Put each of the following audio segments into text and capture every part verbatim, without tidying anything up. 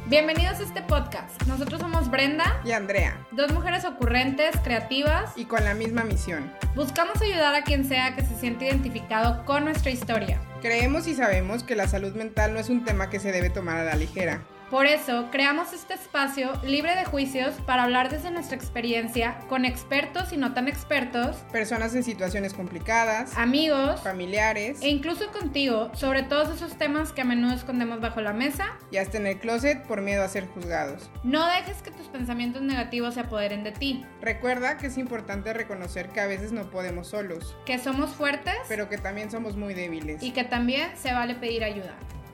Bienvenidos a este podcast. Nosotros somos Brenda y Andrea, dos mujeres ocurrentes, creativas y con la misma misión. Buscamos ayudar a quien sea que se siente identificado con nuestra historia. Creemos y sabemos que la salud mental no es un tema que se debe tomar a la ligera. Por eso, creamos este espacio libre de juicios para hablar desde nuestra experiencia con expertos y no tan expertos, personas en situaciones complicadas, amigos, familiares e incluso contigo sobre todos esos temas que a menudo escondemos bajo la mesa y hasta en el closet por miedo a ser juzgados. No dejes que tus pensamientos negativos se apoderen de ti. Recuerda que es importante reconocer que a veces no podemos solos, que somos fuertes, pero que también somos muy débiles y que también se vale pedir ayuda.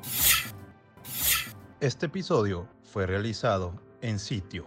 Este episodio fue realizado en sitio.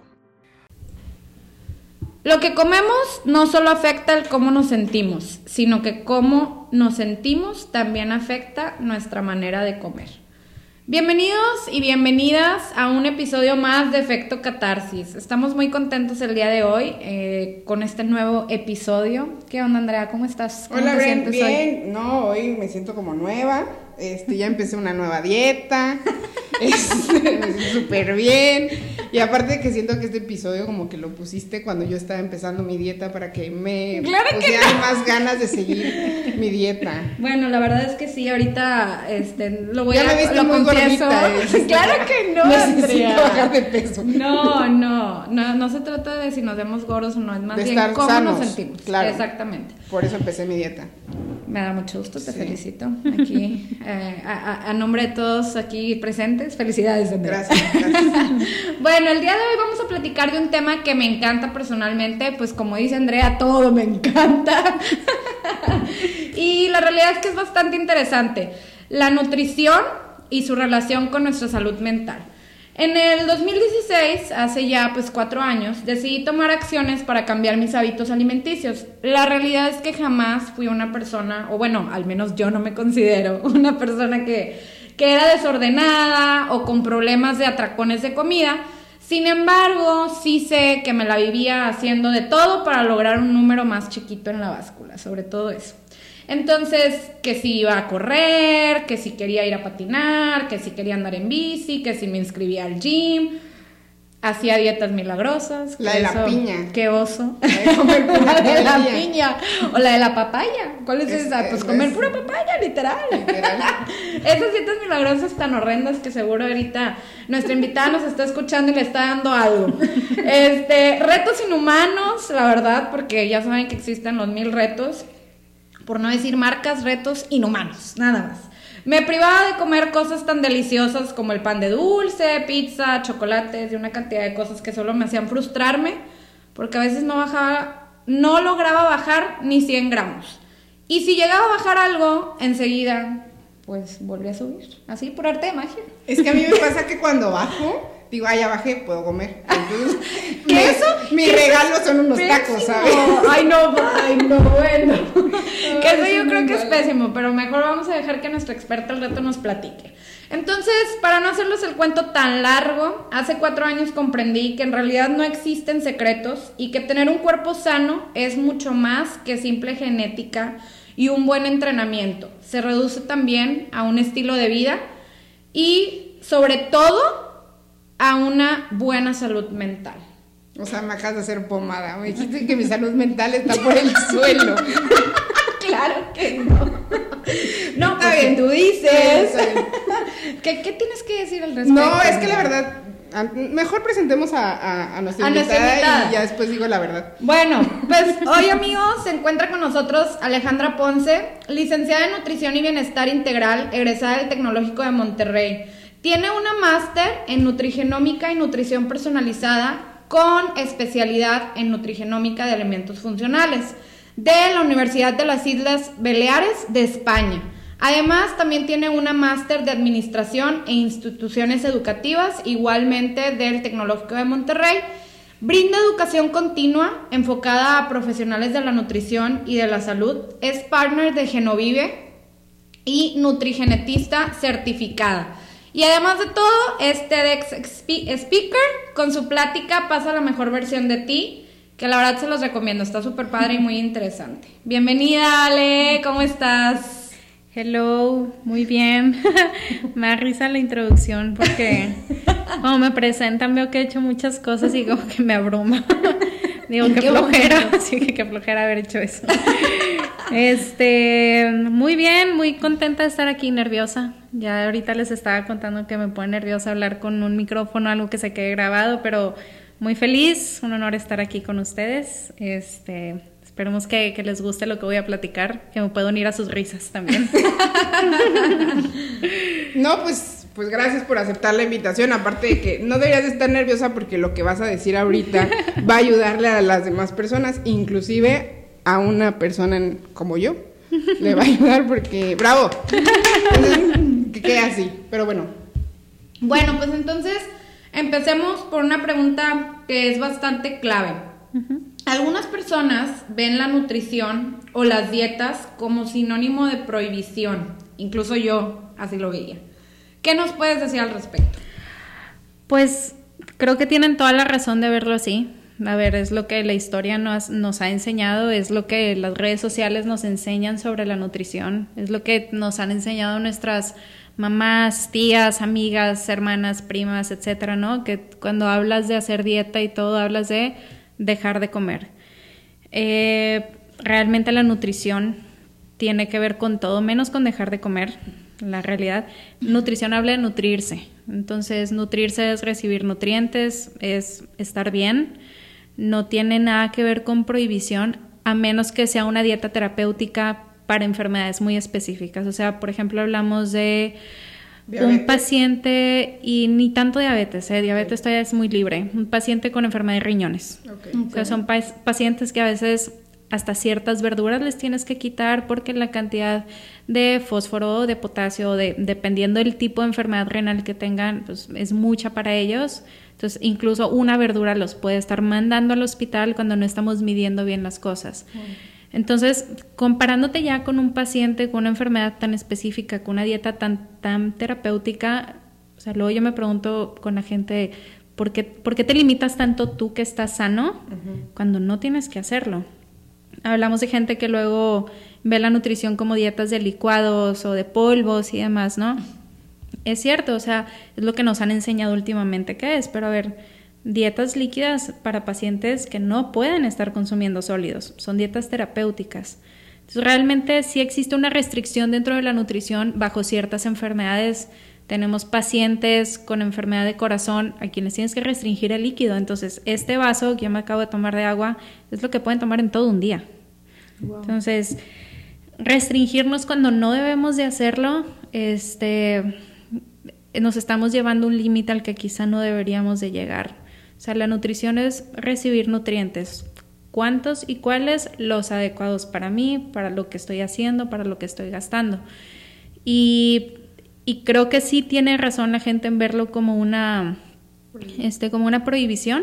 Lo que comemos no solo afecta el cómo nos sentimos, sino que cómo nos sentimos también afecta nuestra manera de comer. Bienvenidos y bienvenidas a un episodio más de Efecto Catarsis. Estamos muy contentos el día de hoy eh, con este nuevo episodio. ¿Qué onda, Andrea? ¿Cómo estás? ¿Cómo Hola, te Bren, sientes bien. hoy? No, hoy me siento como nueva. Este, ya empecé una nueva dieta. Este, me siento súper bien. Y aparte que siento que este episodio como que lo pusiste cuando yo estaba empezando mi dieta para que me ¡Claro que pusieran no! más ganas de seguir mi dieta. Bueno, la verdad es que sí, ahorita este, lo voy Ya a me viste lo muy confieso. gordita, eh. Claro que no, Necesito Andrea. bajar de peso. No, no, no, no se trata de si nos vemos gordos o no, es más De bien estar cómo sanos, nos sentimos. claro. Exactamente. Por eso empecé mi dieta. Me da mucho gusto, te Sí. felicito aquí, eh, a, a, a nombre de todos aquí presentes, felicidades, Andrea. Gracias, gracias. Bueno, el día de hoy vamos a platicar de un tema que me encanta personalmente, pues como dice Andrea, todo me encanta. Y la realidad es que es bastante interesante, la nutrición y su relación con nuestra salud mental. En el dos mil dieciséis, hace ya pues cuatro años, decidí tomar acciones para cambiar mis hábitos alimenticios. La realidad es que jamás fui una persona, o bueno, al menos yo no me considero una persona que, que era desordenada o con problemas de atracones de comida. Sin embargo, sí sé que me la vivía haciendo de todo para lograr un número más chiquito en la báscula, sobre todo eso. Entonces, que si iba a correr, que si quería ir a patinar, que si quería andar en bici, que si me inscribía al gym, hacía dietas milagrosas. La de la eso, piña. Qué oso. La de comer pura La de la papaya. piña. O la de la papaya. ¿Cuál es, Es- esa? Pues es- comer es- pura papaya, literal. Literal. Esas dietas milagrosas tan horrendas que seguro ahorita nuestra invitada nos está escuchando y le está dando algo. Este, retos inhumanos, la verdad, porque ya saben que existen los mil retos. Por no decir marcas, retos inhumanos, nada más. Me privaba de comer cosas tan deliciosas como el pan de dulce, pizza, chocolates y una cantidad de cosas que solo me hacían frustrarme, porque a veces no bajaba, no lograba bajar ni cien gramos. Y si llegaba a bajar algo, enseguida, pues volví a subir, así por arte de magia. Es que a mí me pasa que cuando bajo, digo, ah, ya bajé, puedo comer. Entonces, ¿Qué me- eso? Mi ¿Qué regalo eso? son unos Pésimo. tacos, ¿sabes? Ay, no, ay, no, bueno. Que eso Ay, yo sí, creo muy que es malo. pésimo, pero mejor vamos a dejar que nuestra experta al reto nos platique. Entonces, para no hacerles el cuento tan largo, hace cuatro años comprendí que en realidad no existen secretos y que tener un cuerpo sano es mucho más que simple genética y un buen entrenamiento. Se reduce también a un estilo de vida y, sobre todo, a una buena salud mental. O sea, me acabas de hacer pomada. Me dijiste que mi salud mental está por el suelo. Claro que no. No, Está pues bien. tú dices. Está bien. ¿Qué, ¿Qué tienes que decir al respecto? No, es que la verdad, a- mejor presentemos a, a, a nuestra A nuestra invitada invitada. y ya después digo la verdad. Bueno, pues hoy, amigos, se encuentra con nosotros Alejandra Ponce, licenciada en Nutrición y Bienestar Integral, egresada del Tecnológico de Monterrey. Tiene una máster en Nutrigenómica y Nutrición Personalizada con especialidad en Nutrigenómica de Alimentos Funcionales de la Universidad de las Islas Baleares de España. Además, también tiene una máster de Administración e Instituciones Educativas, igualmente del Tecnológico de Monterrey. Brinda educación continua enfocada a profesionales de la nutrición y de la salud. Es partner de Genovive y nutrigenetista certificada. Y además de todo, es TEDx Speaker. Con su plática pasa la mejor versión de ti, que la verdad se los recomiendo. Está súper padre y muy interesante. Bienvenida, Ale, ¿cómo estás? Hello, muy bien. Me da risa la introducción porque Como me presentan, veo que he hecho muchas cosas y como que me abruma. Digo, qué, qué flojera, momento? Sí, qué flojera haber hecho eso. Este, muy bien, muy contenta de estar aquí, nerviosa. Ya ahorita les estaba contando que me pone nerviosa hablar con un micrófono, algo que se quede grabado, pero muy feliz, un honor estar aquí con ustedes. Este, esperemos que, que les guste lo que voy a platicar, que me puedo unir a sus risas también. No, pues... Pues gracias por aceptar la invitación, aparte de que no deberías de estar nerviosa porque lo que vas a decir ahorita va a ayudarle a las demás personas, inclusive a una persona como yo, le va a ayudar porque, ¡bravo! Entonces, que quede así, pero bueno. Bueno, pues entonces empecemos por una pregunta que es bastante clave. Uh-huh. Algunas personas ven la nutrición o las dietas como sinónimo de prohibición, incluso yo así lo veía. ¿Qué nos puedes decir al respecto? Pues creo que tienen toda la razón de verlo así. A ver, es lo que la historia nos, nos ha enseñado, es lo que las redes sociales nos enseñan sobre la nutrición, es lo que nos han enseñado nuestras mamás, tías, amigas, hermanas, primas, etcétera, ¿no? Que cuando hablas de hacer dieta y todo, hablas de dejar de comer. Eh, realmente la nutrición tiene que ver con todo, menos con dejar de comer. La realidad, nutrición habla de nutrirse, entonces nutrirse es recibir nutrientes, es estar bien, no tiene nada que ver con prohibición, a menos que sea una dieta terapéutica para enfermedades muy específicas. O sea, por ejemplo, hablamos de ¿diabetes? Un paciente, y ni tanto diabetes, ¿eh? Diabetes todavía es muy libre, un paciente con enfermedad de riñones. Okay. O sea, son pa- pacientes que a veces hasta ciertas verduras les tienes que quitar porque la cantidad de fósforo, de potasio, de, dependiendo del tipo de enfermedad renal que tengan, pues es mucha para ellos. Entonces, incluso una verdura los puede estar mandando al hospital cuando no estamos midiendo bien las cosas. Mm. Entonces, comparándote ya con un paciente con una enfermedad tan específica, con una dieta tan, tan terapéutica, o sea, luego yo me pregunto con la gente, ¿por qué, ¿por qué te limitas tanto tú que estás sano uh-huh. cuando no tienes que hacerlo? Hablamos de gente que luego ve la nutrición como dietas de licuados o de polvos y demás, ¿no? Es cierto, o sea, es lo que nos han enseñado últimamente que es, pero a ver, dietas líquidas para pacientes que no pueden estar consumiendo sólidos, son dietas terapéuticas. Entonces, realmente sí existe una restricción dentro de la nutrición bajo ciertas enfermedades. Tenemos pacientes con enfermedad de corazón a quienes tienes que restringir el líquido. Entonces, este vaso que yo me acabo de tomar de agua es lo que pueden tomar en todo un día. Wow. Entonces, restringirnos cuando no debemos de hacerlo, este, nos estamos llevando un límite al que quizá no deberíamos de llegar. O sea, la nutrición es recibir nutrientes. ¿Cuántos y cuáles? Los adecuados para mí, para lo que estoy haciendo, para lo que estoy gastando. Y... Y creo que sí tiene razón la gente en verlo como una, este, como una prohibición,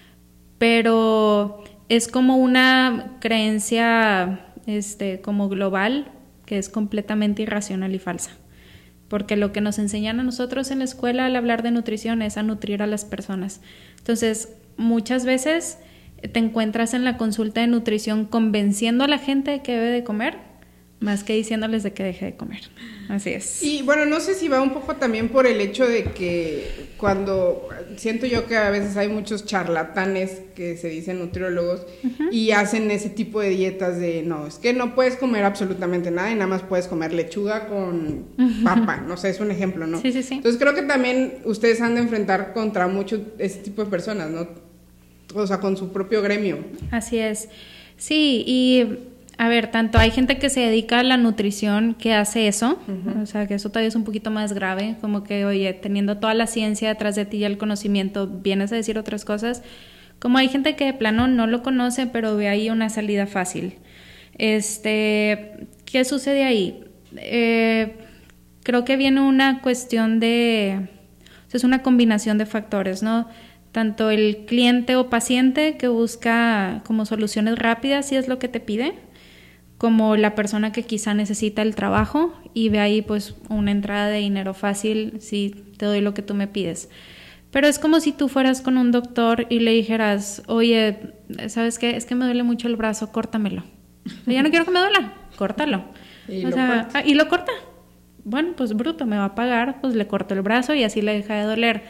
pero es como una creencia este, como global que es completamente irracional y falsa. Porque lo que nos enseñan a nosotros en la escuela al hablar de nutrición es a nutrir a las personas. Entonces, muchas veces te encuentras en la consulta de nutrición convenciendo a la gente de que debe de comer, más que diciéndoles de que deje de comer. Así es. Y bueno, no sé si va un poco también por el hecho de que cuando siento yo que a veces hay muchos charlatanes que se dicen nutriólogos uh-huh. y hacen ese tipo de dietas de no, es que no puedes comer absolutamente nada y nada más puedes comer lechuga con uh-huh. papa, no sé, es un ejemplo, ¿no? Sí, sí, sí. Entonces creo que también ustedes han de enfrentar contra mucho ese tipo de personas, ¿no? O sea, con su propio gremio. Así es. Sí, y a ver, tanto hay gente que se dedica a la nutrición que hace eso, uh-huh. o sea, que eso todavía es un poquito más grave, como que, oye, teniendo toda la ciencia detrás de ti y el conocimiento, vienes a decir otras cosas, como hay gente que de plano no lo conoce, pero ve ahí una salida fácil. Este, ¿qué sucede ahí? Eh, creo que viene una cuestión de, o sea, es una combinación de factores, ¿no? Tanto el cliente o paciente que busca como soluciones rápidas, si es lo que te pide, como la persona que quizá necesita el trabajo y ve ahí pues una entrada de dinero fácil si te doy lo que tú me pides. Pero es como si tú fueras con un doctor y le dijeras, oye, ¿sabes qué? Es que me duele mucho el brazo, córtamelo. Ya no quiero que me duela, córtalo. Y, o lo sea, ah, y lo corta. Bueno, pues bruto, me va a pagar, pues le corto el brazo y así le deja de doler.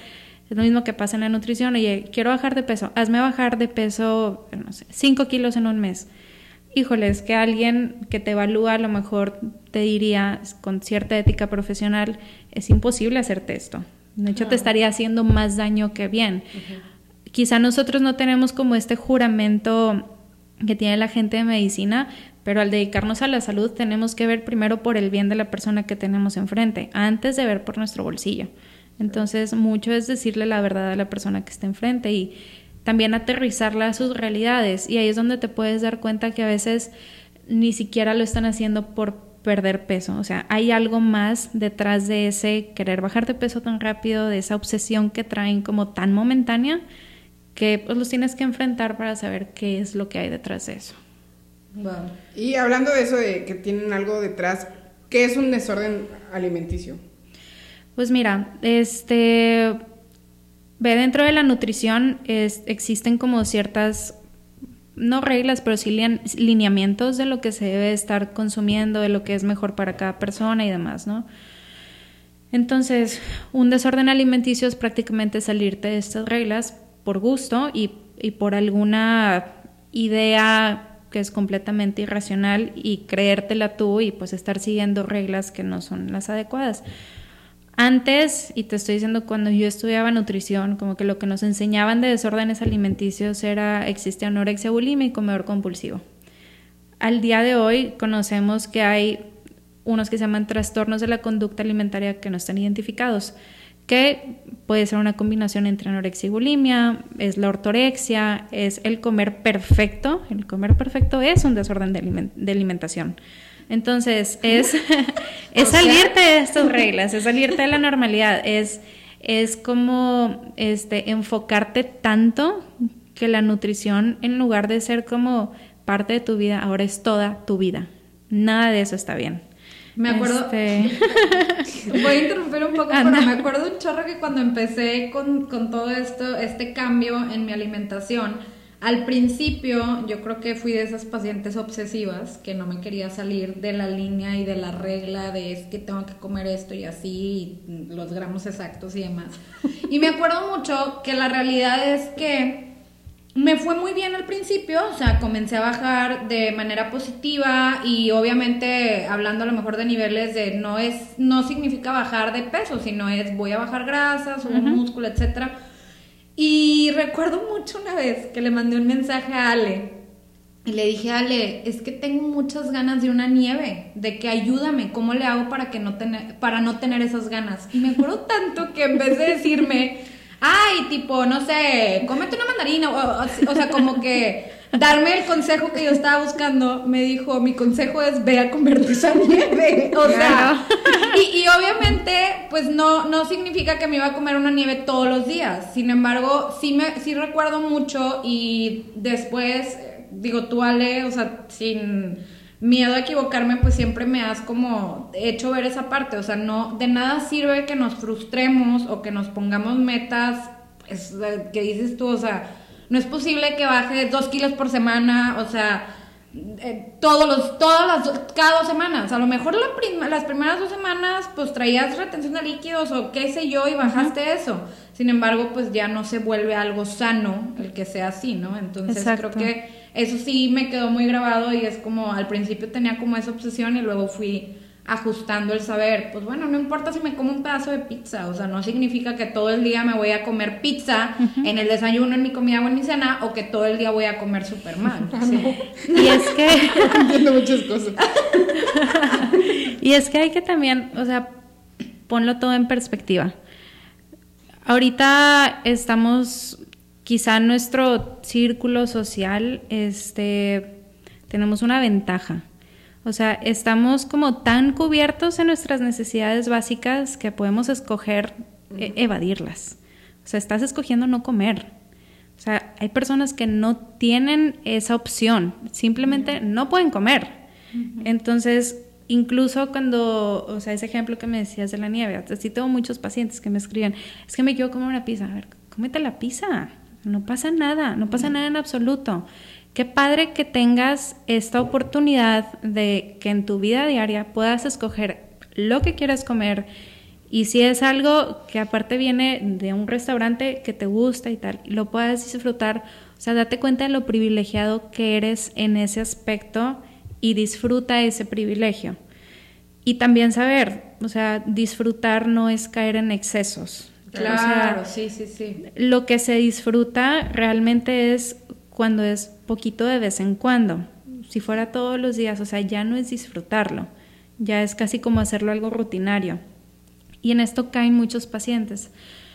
Es lo mismo que pasa en la nutrición. Oye, quiero bajar de peso, hazme bajar de peso, no sé, cinco kilos en un mes. Híjole, es que alguien que te evalúa a lo mejor te diría con cierta ética profesional, es imposible hacerte esto. De hecho, claro, te estaría haciendo más daño que bien. Uh-huh. Quizá nosotros no tenemos como este juramento que tiene la gente de medicina, pero al dedicarnos a la salud tenemos que ver primero por el bien de la persona que tenemos enfrente, antes de ver por nuestro bolsillo. Entonces, mucho es decirle la verdad a la persona que está enfrente y también aterrizarla a sus realidades. Y ahí es donde te puedes dar cuenta que a veces ni siquiera lo están haciendo por perder peso. O sea, hay algo más detrás de ese querer bajar de peso tan rápido, de esa obsesión que traen como tan momentánea, que pues los tienes que enfrentar para saber qué es lo que hay detrás de eso. Wow. Y hablando de eso, de que tienen algo detrás, ¿qué es un desorden alimenticio? Pues mira, este, ve, dentro de la nutrición es, existen como ciertas, no reglas, pero sí lineamientos de lo que se debe estar consumiendo, de lo que es mejor para cada persona y demás, ¿no? Entonces, un desorden alimenticio es prácticamente salirte de estas reglas por gusto y, y por alguna idea que es completamente irracional y creértela tú y pues estar siguiendo reglas que no son las adecuadas. Antes, y te estoy diciendo cuando yo estudiaba nutrición, como que lo que nos enseñaban de desórdenes alimenticios era, existía anorexia, bulimia y comedor compulsivo. Al día de hoy conocemos que hay unos que se llaman trastornos de la conducta alimentaria que no están identificados, que puede ser una combinación entre anorexia y bulimia, es la ortorexia, es el comer perfecto. El comer perfecto es un desorden de, aliment- de alimentación. Entonces, es, es salirte de estas reglas, es salirte de la normalidad, es, es como este, enfocarte tanto que la nutrición, en lugar de ser como parte de tu vida, ahora es toda tu vida. Nada de eso está bien. Me acuerdo, este... voy a interrumpir un poco, Anda. Pero me acuerdo un chorro que cuando empecé con, con todo esto, este cambio en mi alimentación, al principio yo creo que fui de esas pacientes obsesivas que no me quería salir de la línea y de la regla de es que tengo que comer esto y así, y los gramos exactos y demás. Y me acuerdo mucho que la realidad es que me fue muy bien al principio, o sea, comencé a bajar de manera positiva y obviamente hablando a lo mejor de niveles de no es, no significa bajar de peso, sino es voy a bajar grasa, subo uh-huh. músculo, etcétera. Y recuerdo mucho una vez que le mandé un mensaje a Ale y le dije, Ale, es que tengo muchas ganas de una nieve, de que ayúdame, ¿cómo le hago para, que no tener, para no tener esas ganas? Y me acuerdo tanto que en vez de decirme, ay, tipo, no sé, cómete una mandarina, o, o, o sea, como que darme el consejo que yo estaba buscando, me dijo, mi consejo es ve a comerte esa nieve, o sea, y, y obviamente, pues no, no significa que me iba a comer una nieve todos los días, sin embargo, sí, me, sí recuerdo mucho y después, digo, tú Ale, o sea, sin miedo a equivocarme, pues siempre me has como hecho ver esa parte, o sea, no, de nada sirve que nos frustremos o que nos pongamos metas, pues, que dices tú, o sea, no es posible que baje dos kilos por semana, o sea, eh, todos los, todas las, cada dos semanas. A lo mejor la prim- las primeras dos semanas, pues traías retención de líquidos o qué sé yo y bajaste uh-huh. eso. Sin embargo, pues ya no se vuelve algo sano el que sea así, ¿no? Entonces Exacto. creo que eso sí me quedó muy grabado y es como, al principio tenía como esa obsesión y luego fui ajustando el saber, pues bueno, no importa si me como un pedazo de pizza, o sea, no significa que todo el día me voy a comer pizza uh-huh. en el desayuno, en mi comida o en mi cena, o que todo el día voy a comer súper mal. Sí. Y es que... Entiendo muchas cosas. Y es que hay que también, o sea, ponlo todo en perspectiva. Ahorita estamos, quizá en nuestro círculo social, este, tenemos una ventaja. O sea, estamos como tan cubiertos en nuestras necesidades básicas que podemos escoger eh, evadirlas. O sea, estás escogiendo no comer. O sea, hay personas que no tienen esa opción, simplemente no pueden comer. Uh-huh. Entonces, incluso cuando, o sea, ese ejemplo que me decías de la nieve, así tengo muchos pacientes que me escriben, es que me quiero comer una pizza. A ver, cómete la pizza, no pasa nada, no pasa nada en absoluto. Qué padre que tengas esta oportunidad de que en tu vida diaria puedas escoger lo que quieras comer Y si es algo que aparte viene de un restaurante que te gusta y tal, y lo puedes disfrutar, o sea, date cuenta de lo privilegiado que eres en ese aspecto y disfruta ese privilegio. Y también saber, o sea, disfrutar no es caer en excesos. Claro, o sea, sí, sí, sí. Lo que se disfruta realmente es cuando es poquito de vez en cuando. Si fuera todos los días, o sea, ya no es disfrutarlo, ya es casi como hacerlo algo rutinario. Y en esto caen muchos pacientes.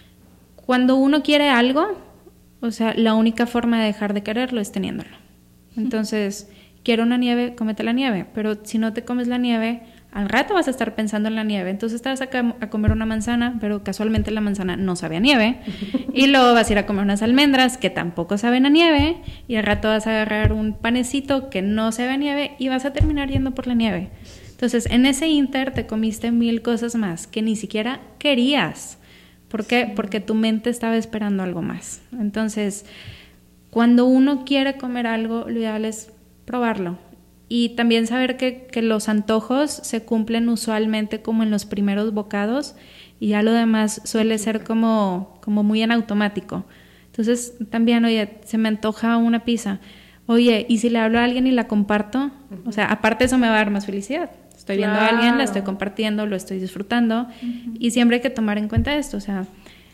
Cuando uno quiere algo, o sea, la única forma de dejar de quererlo es teniéndolo. Entonces, quiero una nieve, cómete la nieve, pero si no te comes la nieve, al rato vas a estar pensando en la nieve. Entonces te vas a, a comer una manzana, pero casualmente la manzana no sabe a nieve, y luego vas a ir a comer unas almendras que tampoco saben a nieve, y al rato vas a agarrar un panecito que no sabe a nieve y vas a terminar yendo por la nieve. Entonces, en ese inter te comiste mil cosas más que ni siquiera querías. ¿Por qué? Porque tu mente estaba esperando algo más. Entonces, cuando uno quiere comer algo, lo ideal es probarlo. Y también saber que, que los antojos se cumplen usualmente como en los primeros bocados, y ya lo demás suele ser como, como muy en automático. Entonces, también, oye, se me antoja una pizza. Oye, ¿y si le hablo a alguien y la comparto? O sea, aparte eso me va a dar más felicidad. Estoy viendo Claro. a alguien, la estoy compartiendo, lo estoy disfrutando. Uh-huh. Y siempre hay que tomar en cuenta esto. O sea,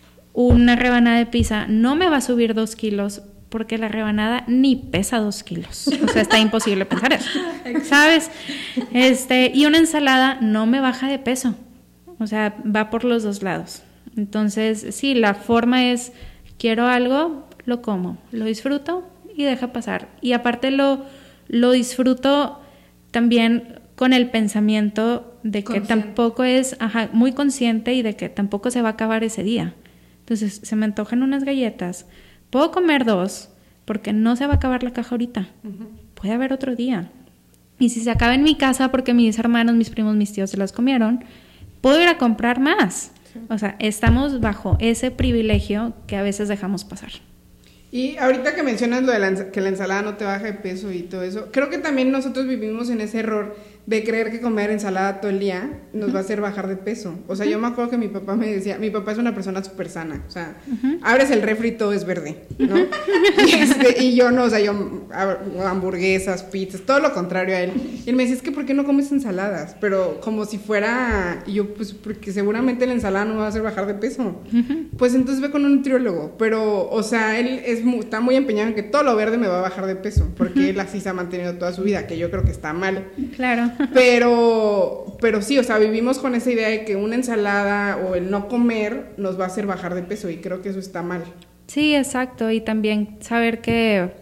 una rebanada de pizza no me va a subir dos kilos porque la rebanada ni pesa dos kilos. O sea, está imposible pensar eso. ¿Sabes? Este, y una ensalada no me baja de peso. O sea, va por los dos lados. Entonces, sí, la forma es, quiero algo, lo como, lo disfruto y deja pasar. Y aparte lo, lo disfruto también con el pensamiento de que consciente. Tampoco es, ajá, muy consciente, y de que tampoco se va a acabar ese día. Entonces, se me antojan unas galletas, puedo comer dos, porque no se va a acabar la caja ahorita. Uh-huh. Puede haber otro día. Y si se acaba en mi casa porque mis hermanos, mis primos, mis tíos se las comieron, puedo ir a comprar más. Sí. O sea, estamos bajo ese privilegio que a veces dejamos pasar. Y ahorita que mencionas lo de la, que la ensalada no te baja de peso y todo eso, creo que también nosotros vivimos en ese error de creer que comer ensalada todo el día nos va a hacer bajar de peso. O sea, uh-huh. yo me acuerdo que mi papá me decía, mi papá es una persona súper sana, o sea, uh-huh. abres el refri y todo es verde, ¿no? y, este, y yo no, o sea, yo hamburguesas, pizzas, todo lo contrario a él. Y él me decía, es que ¿por qué no comes ensaladas? Pero como si fuera, y yo, pues porque seguramente la ensalada no me va a hacer bajar de peso. Uh-huh. Pues entonces ve con un nutriólogo, pero, o sea, él es muy, está muy empeñado en que todo lo verde me va a bajar de peso, porque uh-huh. él así se ha mantenido toda su vida, que yo creo que está mal. Claro. Pero, pero sí, o sea, vivimos con esa idea de que una ensalada o el no comer nos va a hacer bajar de peso, y creo que eso está mal. Sí, exacto, y también saber que,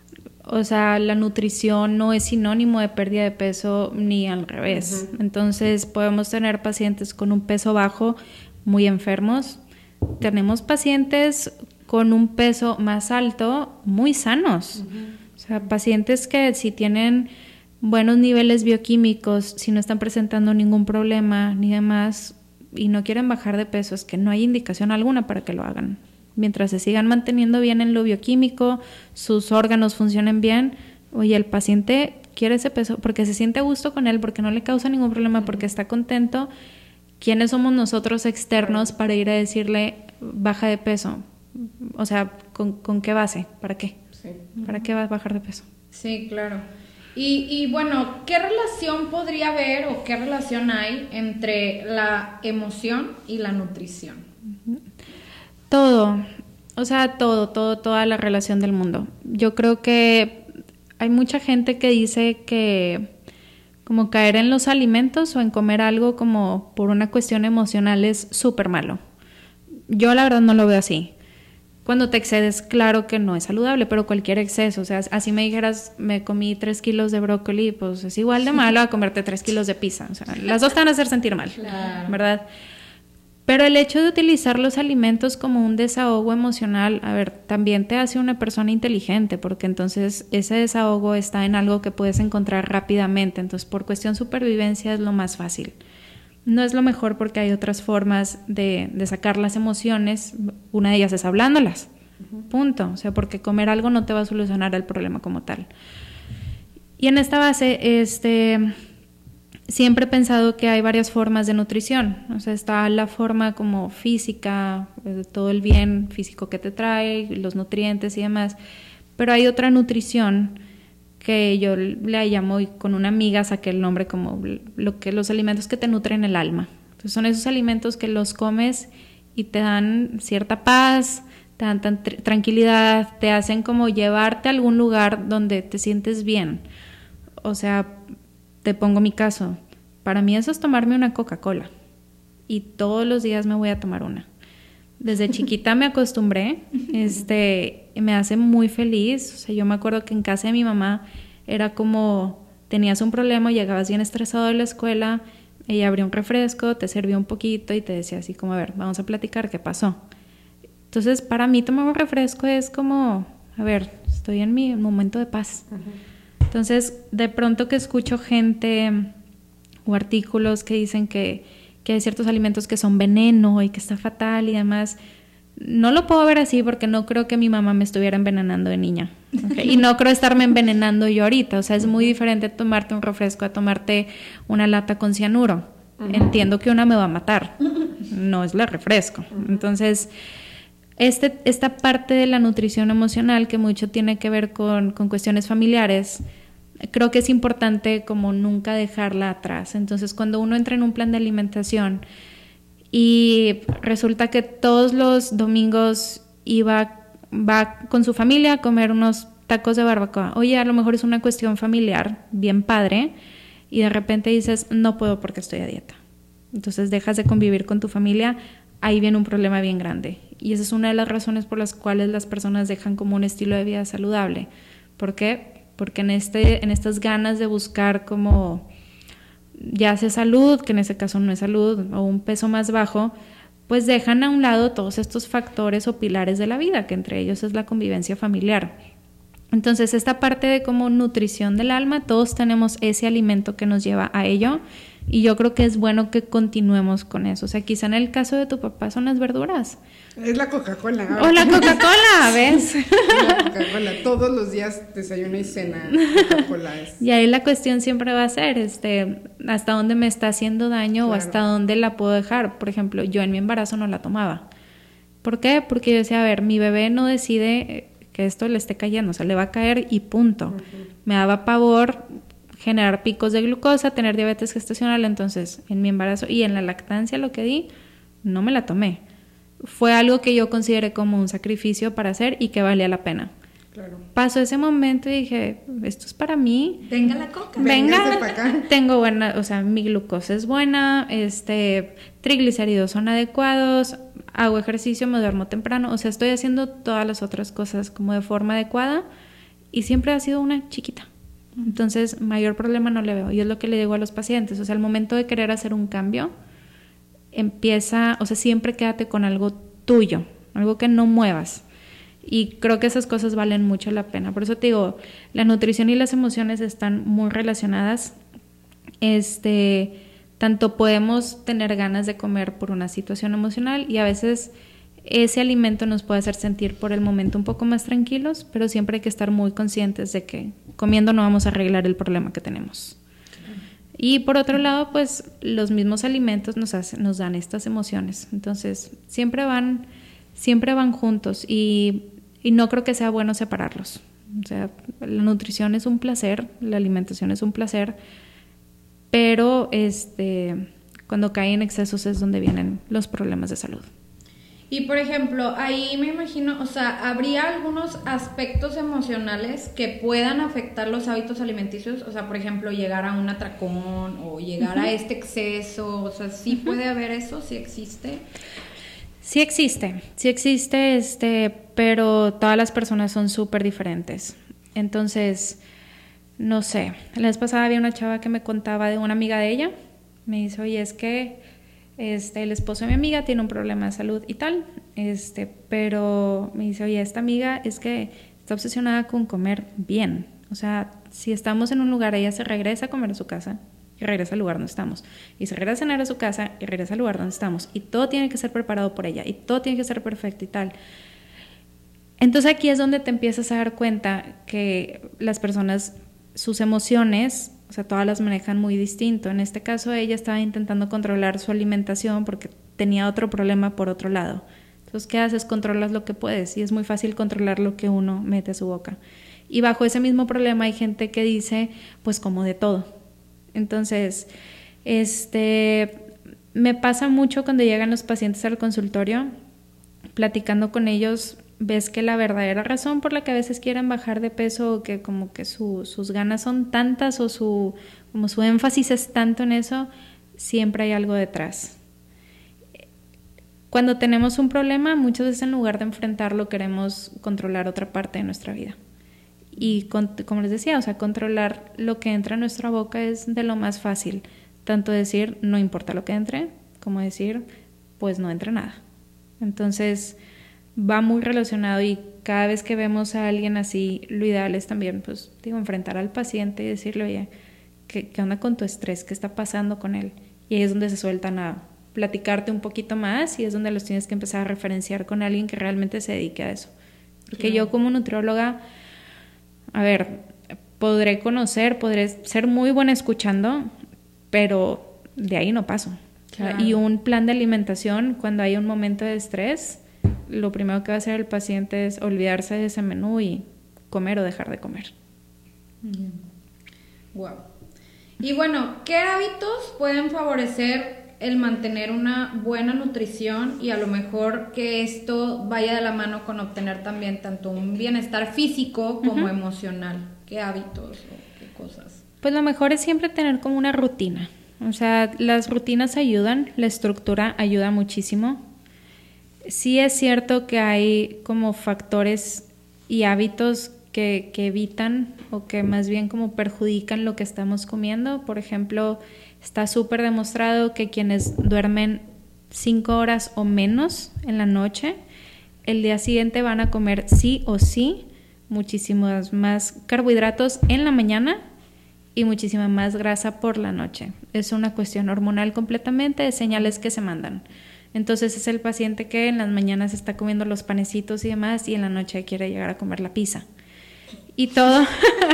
o sea, la nutrición no es sinónimo de pérdida de peso ni al revés. Uh-huh. Entonces, podemos tener pacientes con un peso bajo muy enfermos, tenemos pacientes con un peso más alto muy sanos. Uh-huh. O sea, pacientes que si tienen buenos niveles bioquímicos, si no están presentando ningún problema ni demás y no quieren bajar de peso, es que no hay indicación alguna para que lo hagan. Mientras se sigan manteniendo bien en lo bioquímico, sus órganos funcionen bien, oye, el paciente quiere ese peso porque se siente a gusto con él, porque no le causa ningún problema, porque está contento. ¿Quiénes somos nosotros externos para ir a decirle baja de peso? O sea, ¿con, con qué base? ¿Para qué? Sí. ¿Para qué vas a bajar de peso? Sí, claro. Y, y bueno, ¿qué relación podría haber o qué relación hay entre la emoción y la nutrición? Todo, o sea, todo, todo, toda la relación del mundo. Yo creo que hay mucha gente que dice que como caer en los alimentos o en comer algo como por una cuestión emocional es súper malo. Yo la verdad no lo veo así. Cuando te excedes, claro que no es saludable, pero cualquier exceso, o sea, así me dijeras, me comí tres kilos de brócoli, pues es igual de malo a comerte tres kilos de pizza. O sea, las dos te van a hacer sentir mal, claro. ¿Verdad? Pero el hecho de utilizar los alimentos como un desahogo emocional, a ver, también te hace una persona inteligente, porque entonces ese desahogo está en algo que puedes encontrar rápidamente. Entonces, por cuestión supervivencia es lo más fácil. No es lo mejor porque hay otras formas de, de sacar las emociones. Una de ellas es hablándolas. Uh-huh. Punto. O sea, porque comer algo no te va a solucionar el problema como tal. Y en esta base, este, siempre he pensado que hay varias formas de nutrición. O sea, está la forma como física, todo el bien físico que te trae, los nutrientes y demás, pero hay otra nutrición que yo le llamo, y con una amiga saqué el nombre como lo que, los alimentos que te nutren el alma. Entonces son esos alimentos que los comes y te dan cierta paz, te dan tan tr- tranquilidad, te hacen como llevarte a algún lugar donde te sientes bien. O sea, te pongo mi caso, para mí eso es tomarme una Coca-Cola y todos los días me voy a tomar una. Desde chiquita me acostumbré, este, me hace muy feliz. O sea, yo me acuerdo que en casa de mi mamá era como, tenías un problema, llegabas bien estresado de la escuela, ella abría un refresco, te servía un poquito y te decía así como, a ver, vamos a platicar, ¿qué pasó? Entonces, para mí tomar un refresco es como, a ver, estoy en mi momento de paz. Uh-huh. Entonces, de pronto que escucho gente o artículos que dicen que, que hay ciertos alimentos que son veneno y que está fatal y demás, no lo puedo ver así porque no creo que mi mamá me estuviera envenenando de niña, ¿okay? Y no creo estarme envenenando yo ahorita. O sea, es muy diferente tomarte un refresco a tomarte una lata con cianuro. Uh-huh. Entiendo que una me va a matar, no es la refresco. Uh-huh. Entonces, este, esta parte de la nutrición emocional que mucho tiene que ver con, con cuestiones familiares, creo que es importante como nunca dejarla atrás. Entonces, cuando uno entra en un plan de alimentación y resulta que todos los domingos iba va con su familia a comer unos tacos de barbacoa, oye, a lo mejor es una cuestión familiar bien padre, y de repente dices, no puedo porque estoy a dieta. Entonces dejas de convivir con tu familia, ahí viene un problema bien grande. Y esa es una de las razones por las cuales las personas dejan como un estilo de vida saludable. ¿Por qué? Porque en, este, en estas ganas de buscar como ya sea salud, que en ese caso no es salud, o un peso más bajo, pues dejan a un lado todos estos factores o pilares de la vida, que entre ellos es la convivencia familiar. Entonces, esta parte de como nutrición del alma, todos tenemos ese alimento que nos lleva a ello, y yo creo que es bueno que continuemos con eso. O sea, quizá en el caso de tu papá son las verduras. Es la Coca-Cola. O la Coca-Cola, ¿ves? La Coca-Cola. Todos los días desayuno y cena Coca-Cola. Es... Y ahí la cuestión siempre va a ser, este, hasta dónde me está haciendo daño, claro, o hasta dónde la puedo dejar. Por ejemplo, yo en mi embarazo no la tomaba. ¿Por qué? Porque yo decía, a ver, mi bebé no decide que esto le esté cayendo, o sea, le va a caer y punto. Uh-huh. Me daba pavor generar picos de glucosa, tener diabetes gestacional. Entonces, en mi embarazo y en la lactancia lo que di, no me la tomé. Fue algo que yo consideré como un sacrificio para hacer y que valía la pena. Claro. Pasó ese momento y dije, esto es para mí. Venga la coca. Venga, tengo buena, o sea, mi glucosa es buena, este, triglicéridos son adecuados, hago ejercicio, me duermo temprano, o sea, estoy haciendo todas las otras cosas como de forma adecuada, y siempre ha sido una chiquita. Entonces, mayor problema no le veo. Y es lo que le digo a los pacientes, o sea, al momento de querer hacer un cambio, empieza, o sea, siempre quédate con algo tuyo, algo que no muevas. Y creo que esas cosas valen mucho la pena. Por eso te digo, la nutrición y las emociones están muy relacionadas. Este, tanto podemos tener ganas de comer por una situación emocional, y a veces ese alimento nos puede hacer sentir por el momento un poco más tranquilos, pero siempre hay que estar muy conscientes de que comiendo no vamos a arreglar el problema que tenemos. Y por otro lado, pues los mismos alimentos nos hacen, nos dan estas emociones. Entonces, siempre van, siempre van juntos, y, y no creo que sea bueno separarlos. O sea, la nutrición es un placer, la alimentación es un placer, pero este, cuando cae en excesos es donde vienen los problemas de salud. Y por ejemplo, ahí me imagino, o sea, ¿habría algunos aspectos emocionales que puedan afectar los hábitos alimenticios? O sea, por ejemplo, llegar a un atracón o llegar uh-huh. a este exceso, o sea, ¿sí uh-huh. puede haber eso? ¿Sí existe? Sí existe, sí existe, este, pero todas las personas son súper diferentes. Entonces, no sé, la vez pasada había una chava que me contaba de una amiga de ella, me dice, oye, es que Este, el esposo de mi amiga tiene un problema de salud y tal, este, pero me dice, oye, esta amiga es que está obsesionada con comer bien. O sea, si estamos en un lugar, ella se regresa a comer a su casa y regresa al lugar donde estamos, y se regresa a cenar a su casa y regresa al lugar donde estamos, y todo tiene que ser preparado por ella, y todo tiene que ser perfecto y tal. Entonces aquí es donde te empiezas a dar cuenta que las personas, sus emociones, o sea, todas las manejan muy distinto. En este caso ella estaba intentando controlar su alimentación porque tenía otro problema por otro lado. Entonces, ¿qué haces? Controlas lo que puedes y es muy fácil controlar lo que uno mete a su boca. Y bajo ese mismo problema hay gente que dice, pues como de todo. Entonces, este, me pasa mucho cuando llegan los pacientes al consultorio, platicando con ellos, ves que la verdadera razón por la que a veces quieren bajar de peso o que como que su, sus ganas son tantas o su, como su énfasis es tanto en eso, siempre hay algo detrás. Cuando tenemos un problema, muchas veces en lugar de enfrentarlo queremos controlar otra parte de nuestra vida. Y con, como les decía, o sea, controlar lo que entra en nuestra boca es de lo más fácil. Tanto decir, no importa lo que entre, como decir, pues no entre nada. Entonces, va muy relacionado y cada vez que vemos a alguien así, lo ideal es también, pues, digo, enfrentar al paciente y decirle, oye, ¿qué, qué onda con tu estrés? ¿Qué está pasando con él? Y ahí es donde se sueltan a platicarte un poquito más y es donde los tienes que empezar a referenciar con alguien que realmente se dedique a eso. Porque claro, yo como nutrióloga, a ver, podré conocer, podré ser muy buena escuchando, pero de ahí no paso. Claro. Y un plan de alimentación, cuando hay un momento de estrés, lo primero que va a hacer el paciente es olvidarse de ese menú y comer o dejar de comer. Wow. Y bueno, ¿qué hábitos pueden favorecer el mantener una buena nutrición y a lo mejor que esto vaya de la mano con obtener también tanto un bienestar físico como uh-huh. emocional? ¿Qué hábitos o qué cosas? Pues lo mejor es siempre tener como una rutina. O sea, las rutinas ayudan, la estructura ayuda muchísimo. Sí es cierto que hay como factores y hábitos que, que evitan o que más bien como perjudican lo que estamos comiendo. Por ejemplo, está súper demostrado que quienes duermen cinco horas o menos en la noche, el día siguiente van a comer sí o sí muchísimos más carbohidratos en la mañana y muchísima más grasa por la noche. Es una cuestión hormonal completamente, de señales que se mandan. Entonces es el paciente que en las mañanas está comiendo los panecitos y demás y en la noche quiere llegar a comer la pizza. Y todo.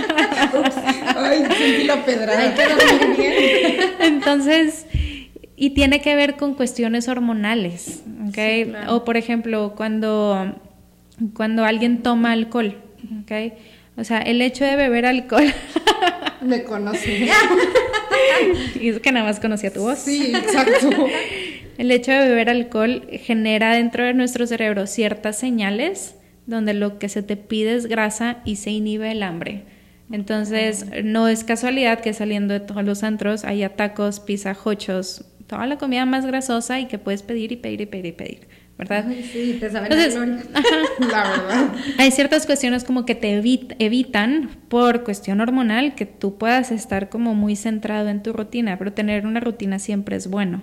Ay, sentí la pedrada. Ay, quedó muy bien. Entonces, y tiene que ver con cuestiones hormonales, ¿okay? Sí, claro. O por ejemplo, cuando, cuando alguien toma alcohol, ¿okay? O sea, el hecho de beber alcohol. Me conocí. Y es que nada más conocía tu voz. Sí, exacto. El hecho de beber alcohol genera dentro de nuestro cerebro ciertas señales donde lo que se te pide es grasa y se inhibe el hambre. Entonces, no es casualidad que saliendo de todos los antros haya tacos, pizza, hochos, toda la comida más grasosa y que puedes pedir y pedir y pedir y pedir, ¿verdad? Ay, sí, te saben la gloria. La verdad. Hay ciertas cuestiones como que te evit- evitan por cuestión hormonal que tú puedas estar como muy centrado en tu rutina, pero tener una rutina siempre es bueno.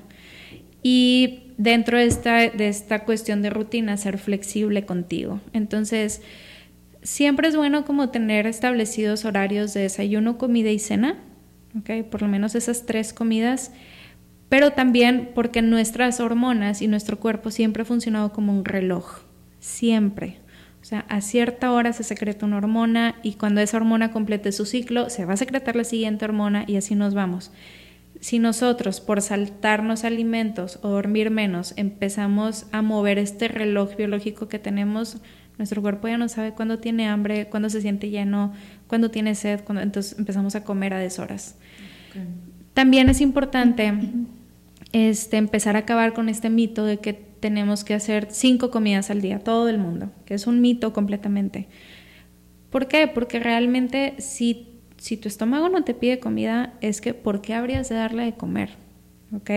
Y dentro de esta, de esta cuestión de rutina, ser flexible contigo. Entonces, siempre es bueno como tener establecidos horarios de desayuno, comida y cena, ¿okay? Por lo menos esas tres comidas, pero también porque nuestras hormonas y nuestro cuerpo siempre ha funcionado como un reloj, siempre. O sea, a cierta hora se secreta una hormona y cuando esa hormona complete su ciclo, se va a secretar la siguiente hormona y así nos vamos. Si nosotros por saltarnos alimentos o dormir menos empezamos a mover este reloj biológico que tenemos, nuestro cuerpo ya no sabe cuándo tiene hambre, cuándo se siente lleno, cuándo tiene sed, cuándo, entonces empezamos a comer a deshoras. Okay. También es importante este, empezar a acabar con este mito de que tenemos que hacer cinco comidas al día, todo el mundo, que es un mito completamente. ¿Por qué? Porque realmente si Si tu estómago no te pide comida, es que ¿por qué habrías de darle de comer? ¿Ok?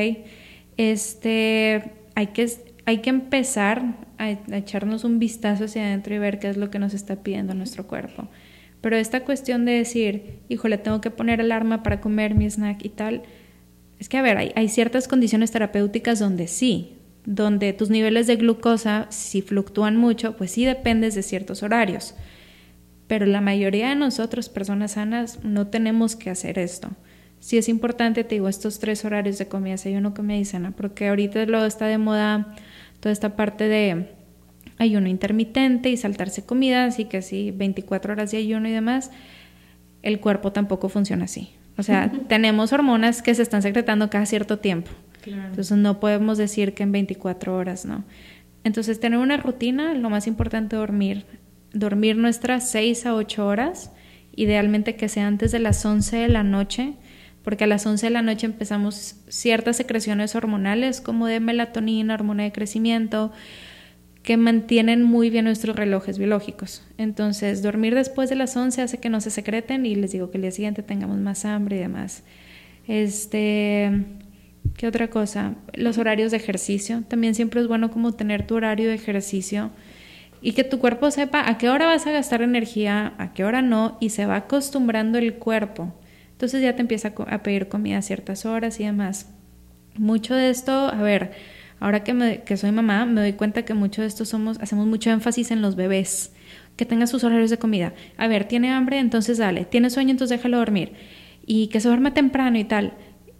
Este, hay que, hay que empezar a, a echarnos un vistazo hacia adentro y ver qué es lo que nos está pidiendo nuestro cuerpo. Pero esta cuestión de decir, híjole, tengo que poner alarma para comer mi snack y tal, es que a ver, hay, hay ciertas condiciones terapéuticas donde sí, donde tus niveles de glucosa, si fluctúan mucho, pues sí dependes de ciertos horarios. Pero la mayoría de nosotros, personas sanas, no tenemos que hacer esto. Sí es importante, te digo, estos tres horarios de comida, desayuno, comida y cena, porque ahorita luego está de moda toda esta parte de ayuno intermitente y saltarse comidas y que así veinticuatro horas de ayuno y demás. El cuerpo tampoco funciona así. O sea, tenemos hormonas que se están secretando cada cierto tiempo. Claro. Entonces no podemos decir que en veinticuatro horas, ¿no? Entonces tener una rutina, lo más importante, dormir. Dormir nuestras seis a ocho horas, idealmente que sea antes de las once de la noche, porque a las once de la noche empezamos ciertas secreciones hormonales como de melatonina, hormona de crecimiento, que mantienen muy bien nuestros relojes biológicos. Entonces, dormir después de las once hace que no se secreten y les digo que el día siguiente tengamos más hambre y demás. Este, ¿qué otra cosa? Los horarios de ejercicio. También siempre es bueno como tener tu horario de ejercicio y que tu cuerpo sepa a qué hora vas a gastar energía, a qué hora no, y se va acostumbrando el cuerpo. Entonces ya te empieza a pedir comida a ciertas horas y demás. Mucho de esto, a ver, ahora que, me, que soy mamá, me doy cuenta que mucho de esto somos, hacemos mucho énfasis en los bebés, que tengan sus horarios de comida. A ver, tiene hambre, entonces dale. Tiene sueño, entonces déjalo dormir. Y que se duerma temprano y tal.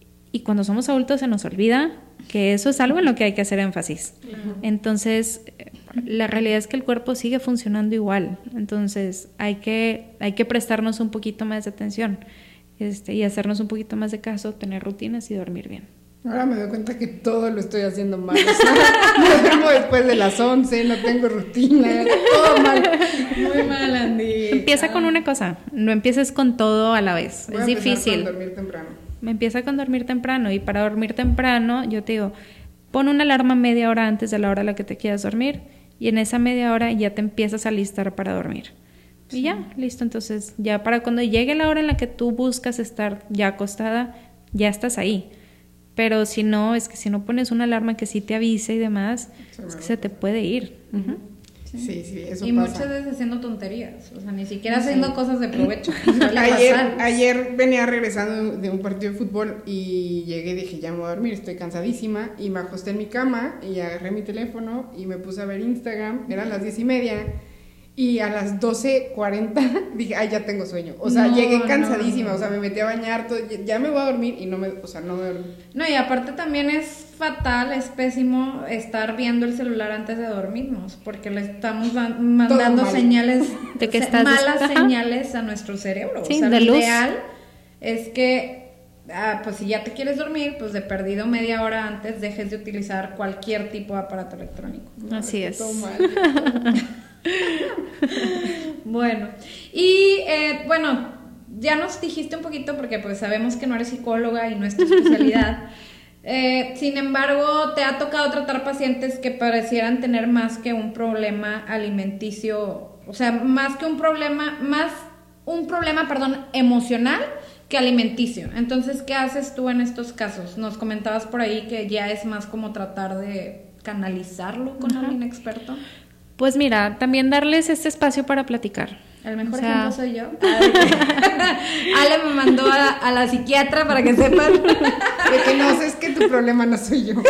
Y cuando somos adultos se nos olvida que eso es algo en lo que hay que hacer énfasis. Uh-huh. Entonces, la realidad es que el cuerpo sigue funcionando igual. Entonces, hay que, hay que prestarnos un poquito más de atención este, y hacernos un poquito más de caso, tener rutinas y dormir bien. Ahora me doy cuenta que todo lo estoy haciendo mal. O sea, no duermo después de las once, no tengo rutina, todo mal. Muy mal, Andy. Empieza ah. con una cosa, no empieces con todo a la vez. Voy es a difícil. Con dormir temprano. Me empieza con dormir temprano y para dormir temprano, yo te digo, pon una alarma media hora antes de la hora a la que te quieras dormir y en esa media hora ya te empiezas a alistar para dormir. Sí. Y ya, listo. Entonces, ya para cuando llegue la hora en la que tú buscas estar ya acostada, ya estás ahí. Pero si no, es que si no pones una alarma que sí te avise y demás, se es que se te puede ir. Uh-huh. Sí, sí, sí, eso y pasa. muchas veces haciendo tonterías, o sea, ni siquiera haciendo sí. cosas de provecho. ayer, ayer venía regresando de un partido de fútbol y llegué y dije, ya me voy a dormir, estoy cansadísima, y me acosté en mi cama y agarré mi teléfono y me puse a ver Instagram, eran las diez y media, y a las doce cuarenta dije, ay, ya tengo sueño, o sea, no, llegué cansadísima, no, no. o sea, me metí a bañar, todo, ya me voy a dormir y no me, o sea, no me dormí. No, y aparte también es fatal, es pésimo estar viendo el celular antes de dormirnos, porque le estamos dan, mandando señales, de que estás malas despaja. señales a nuestro cerebro. Sí, o sea, de lo luz. ideal es que, ah, pues si ya te quieres dormir, pues de perdido media hora antes dejes de utilizar cualquier tipo de aparato electrónico. No, Así es. Todo mal, todo mal. Bueno, y eh, bueno, ya nos dijiste un poquito porque pues sabemos que no eres psicóloga y no es tu especialidad. Eh, sin embargo, te ha tocado tratar pacientes que parecieran tener más que un problema alimenticio, o sea, más que un problema, más un problema, perdón, emocional que alimenticio. Entonces, ¿qué haces tú en estos casos? Nos comentabas por ahí que ya es más como tratar de canalizarlo con uh-huh. alguien experto. Pues mira, también darles este espacio para platicar. El mejor o sea... ejemplo soy yo. Ale me mandó a, a la psiquiatra para que sepan. De que no sé, es que tu problema no soy yo.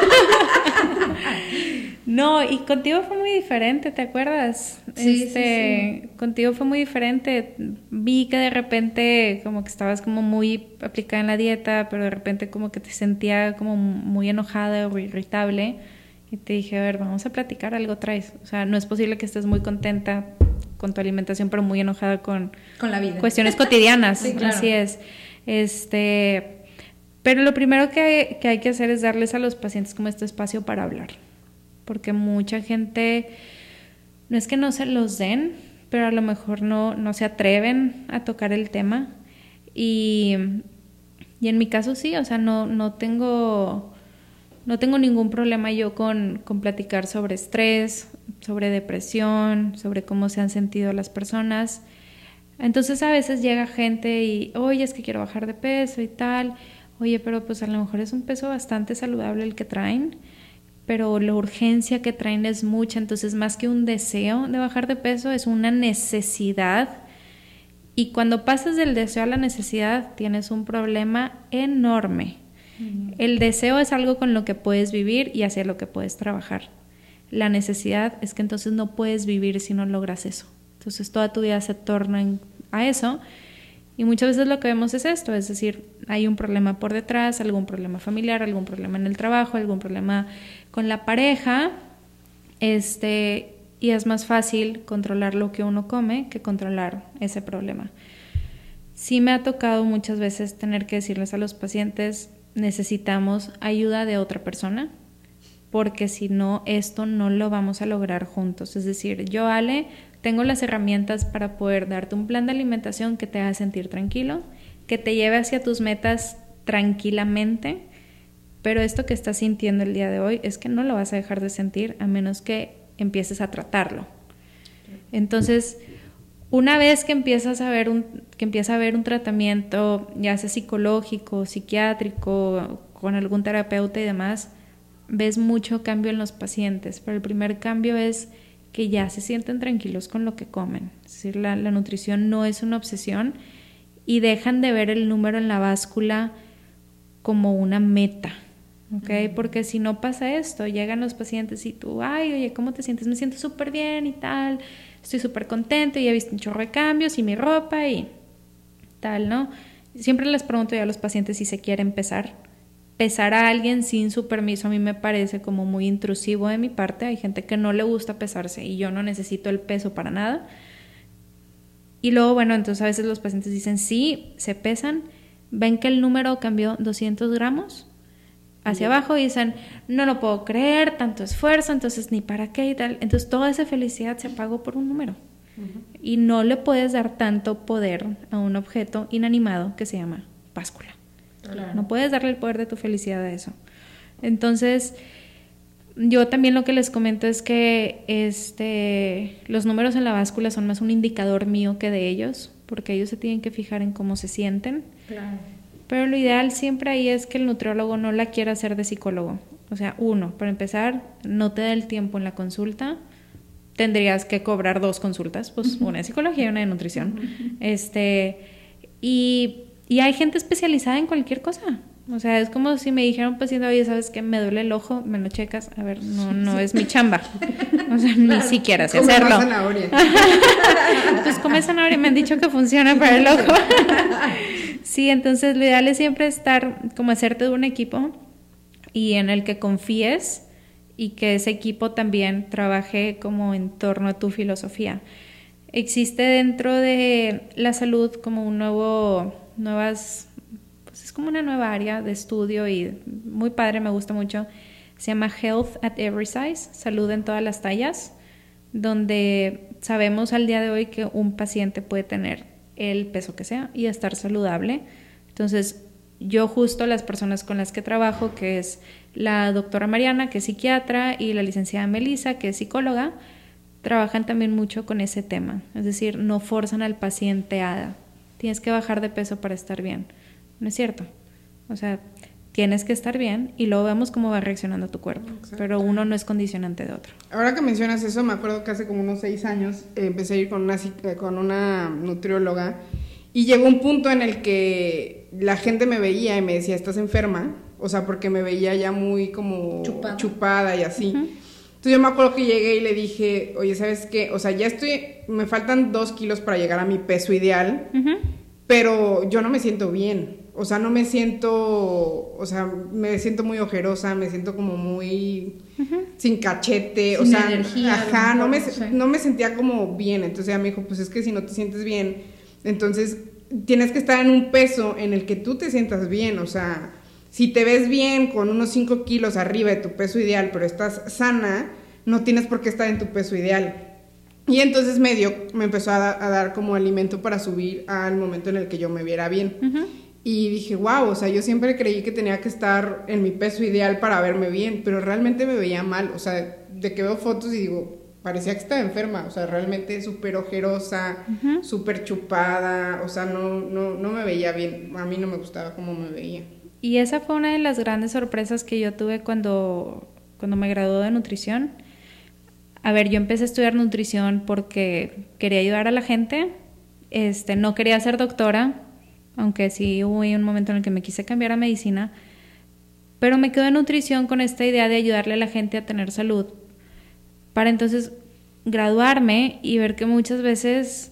No, y contigo fue muy diferente, ¿te acuerdas? Sí, este, sí, sí. Contigo fue muy diferente. Vi que de repente como que estabas como muy aplicada en la dieta, pero de repente como que te sentía como muy enojada o irritable. Y te dije, a ver, vamos a platicar, algo traes. O sea, no es posible que estés muy contenta con tu alimentación, pero muy enojada con, con la vida. Cuestiones cotidianas. Sí, claro. Así es. Este, pero lo primero que hay, que hay que hacer es darles a los pacientes como este espacio para hablar. Porque mucha gente, no es que no se los den, pero a lo mejor no, no se atreven a tocar el tema. Y, y en mi caso sí, o sea, no, no tengo... No tengo ningún problema yo con, con platicar sobre estrés, sobre depresión, sobre cómo se han sentido las personas. Entonces a veces llega gente y, oye, es que quiero bajar de peso y tal. Oye, pero pues a lo mejor es un peso bastante saludable el que traen, pero la urgencia que traen es mucha. Entonces más que un deseo de bajar de peso, es una necesidad. Y cuando pasas del deseo a la necesidad, tienes un problema enorme. Uh-huh. El deseo es algo con lo que puedes vivir y hacia lo que puedes trabajar. La necesidad es que entonces no puedes vivir si no logras eso. Entonces toda tu vida se torna en, a eso, y muchas veces lo que vemos es esto, es decir, hay un problema por detrás, algún problema familiar, algún problema en el trabajo, algún problema con la pareja, este, y es más fácil controlar lo que uno come que controlar ese problema. sí me ha tocado muchas veces tener que decirles a los pacientes, necesitamos ayuda de otra persona, porque si no, esto no lo vamos a lograr juntos. Es decir, yo, Ale, tengo las herramientas para poder darte un plan de alimentación que te haga sentir tranquilo, que te lleve hacia tus metas tranquilamente, pero esto que estás sintiendo el día de hoy es que no lo vas a dejar de sentir a menos que empieces a tratarlo. Entonces, una vez que empiezas a ver un, que empieza a haber un tratamiento, ya sea psicológico, psiquiátrico, con algún terapeuta y demás, ves mucho cambio en los pacientes, pero el primer cambio es que ya se sienten tranquilos con lo que comen. Es decir, la, la nutrición no es una obsesión y dejan de ver el número en la báscula como una meta, ¿ok? Uh-huh. Porque si no pasa esto, llegan los pacientes y tú, ay, oye, ¿cómo te sientes? Me siento súper bien y tal, estoy súper contento y he visto un chorro de cambios y mi ropa y tal, ¿no? Siempre les pregunto ya a los pacientes si se quiere empezar. Pesar a alguien sin su permiso a mí me parece como muy intrusivo de mi parte. Hay gente que no le gusta pesarse y yo no necesito el peso para nada. Y luego, bueno, entonces a veces los pacientes dicen, sí, se pesan, ven que el número cambió doscientos gramos hacia abajo y dicen, no lo puedo creer, tanto esfuerzo, entonces ni para qué y tal. Entonces toda esa felicidad se apagó por un número. Uh-huh. Y no le puedes dar tanto poder a un objeto inanimado que se llama báscula. Claro. No puedes darle el poder de tu felicidad a eso. Entonces, yo también lo que les comento es que este, los números en la báscula son más un indicador mío que de ellos, porque ellos se tienen que fijar en cómo se sienten. Claro. Pero lo ideal siempre ahí es que el nutriólogo no la quiera hacer de psicólogo. O sea, uno, para empezar, no te da el tiempo en la consulta. Tendrías que cobrar dos consultas, pues uh-huh. una de psicología y una de nutrición. Uh-huh. Este, y... Y hay gente especializada en cualquier cosa. O sea, es como si me dijera un paciente, oye, ¿sabes qué? Me duele el ojo, me lo checas. A ver, no, no es mi chamba. O sea, claro, ni siquiera sé hacerlo. Come zanahoria. Pues come zanahoria, me han dicho que funciona para el ojo. Sí, entonces lo ideal es siempre estar, como hacerte de un equipo y en el que confíes y que ese equipo también trabaje como en torno a tu filosofía. Existe dentro de la salud como un nuevo... nuevas, pues es como una nueva área de estudio y muy padre, me gusta mucho. Se llama Health at Every Size, salud en todas las tallas, donde sabemos al día de hoy que un paciente puede tener el peso que sea y estar saludable. Entonces, yo justo las personas con las que trabajo, que es la doctora Mariana, que es psiquiatra, y la licenciada Melissa, que es psicóloga, trabajan también mucho con ese tema. Es decir, no forzan al paciente a... tienes que bajar de peso para estar bien. No es cierto. O sea, tienes que estar bien y luego vemos cómo va reaccionando tu cuerpo. Exacto. Pero uno no es condicionante de otro. Ahora que mencionas eso, me acuerdo que hace como unos seis años eh, empecé a ir con una, con una nutrióloga y llegó un punto en el que la gente me veía y me decía, ¿estás enferma? O sea, porque me veía ya muy como chupada, chupada y así. Uh-huh. Entonces yo me acuerdo que llegué y le dije, oye, ¿sabes qué? O sea, ya estoy, me faltan dos kilos para llegar a mi peso ideal, uh-huh. pero yo no me siento bien. O sea, no me siento, o sea, me siento muy ojerosa, me siento como muy uh-huh. sin cachete, sin o sea, energía, ajá, no me, no, sé. no me sentía como bien. Entonces ella me dijo, pues es que si no te sientes bien, entonces tienes que estar en un peso en el que tú te sientas bien, o sea... Si te ves bien con unos cinco kilos arriba de tu peso ideal, pero estás sana, no tienes por qué estar en tu peso ideal. Y entonces me, dio, me empezó a, da, a dar como alimento para subir al momento en el que yo me viera bien. Uh-huh. Y dije, wow, o sea, yo siempre creí que tenía que estar en mi peso ideal para verme bien, pero realmente me veía mal. O sea, de que veo fotos y digo, parecía que estaba enferma. O sea, realmente súper ojerosa, uh-huh. súper chupada. O sea, no, no, no me veía bien. A mí no me gustaba cómo me veía. Y esa fue una de las grandes sorpresas que yo tuve cuando, cuando me gradué de nutrición. A ver, yo empecé a estudiar nutrición porque quería ayudar a la gente. Este, no quería ser doctora, aunque sí hubo un momento en el que me quise cambiar a medicina. Pero me quedé en nutrición con esta idea de ayudarle a la gente a tener salud. Para entonces graduarme y ver que muchas veces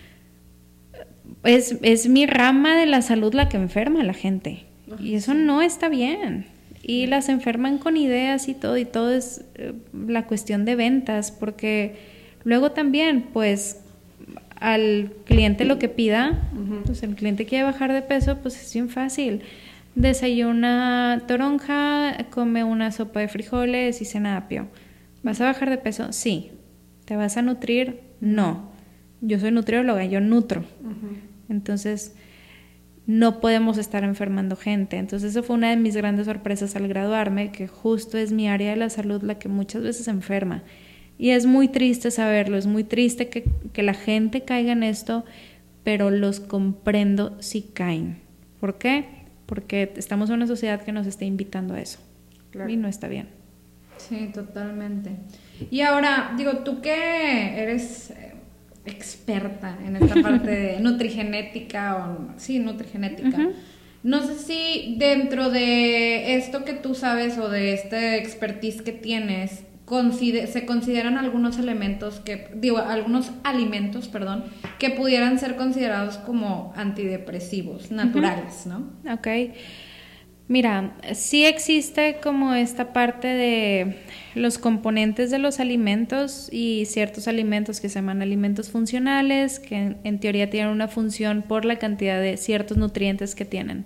es, es mi rama de la salud la que enferma a la gente. Y eso no está bien. Y las enferman con ideas y todo, y todo es eh, la cuestión de ventas, porque luego también, pues, al cliente lo que pida. Uh-huh. Pues el cliente quiere bajar de peso, pues es bien fácil. Desayuna toronja, come una sopa de frijoles y cena apio. ¿Vas a bajar de peso? Sí. ¿Te vas a nutrir? No. Yo soy nutrióloga, yo nutro. Uh-huh. Entonces, no podemos estar enfermando gente. Entonces, eso fue una de mis grandes sorpresas al graduarme, que justo es mi área de la salud la que muchas veces enferma. Y es muy triste saberlo, es muy triste que, que la gente caiga en esto, pero los comprendo si caen. ¿Por qué? Porque estamos en una sociedad que nos está invitando a eso. Claro. Y no está bien. Sí, totalmente. Y ahora, digo, tú que eres experta en esta parte de nutrigenética, o sí, nutrigenética, uh-huh. no sé si dentro de esto que tú sabes o de este expertise que tienes, Consider- se consideran algunos elementos que, digo, algunos alimentos, perdón, que pudieran ser considerados como antidepresivos naturales, uh-huh. ¿no? Ok. Mira, sí existe como esta parte de los componentes de los alimentos y ciertos alimentos que se llaman alimentos funcionales, que en, en teoría tienen una función por la cantidad de ciertos nutrientes que tienen.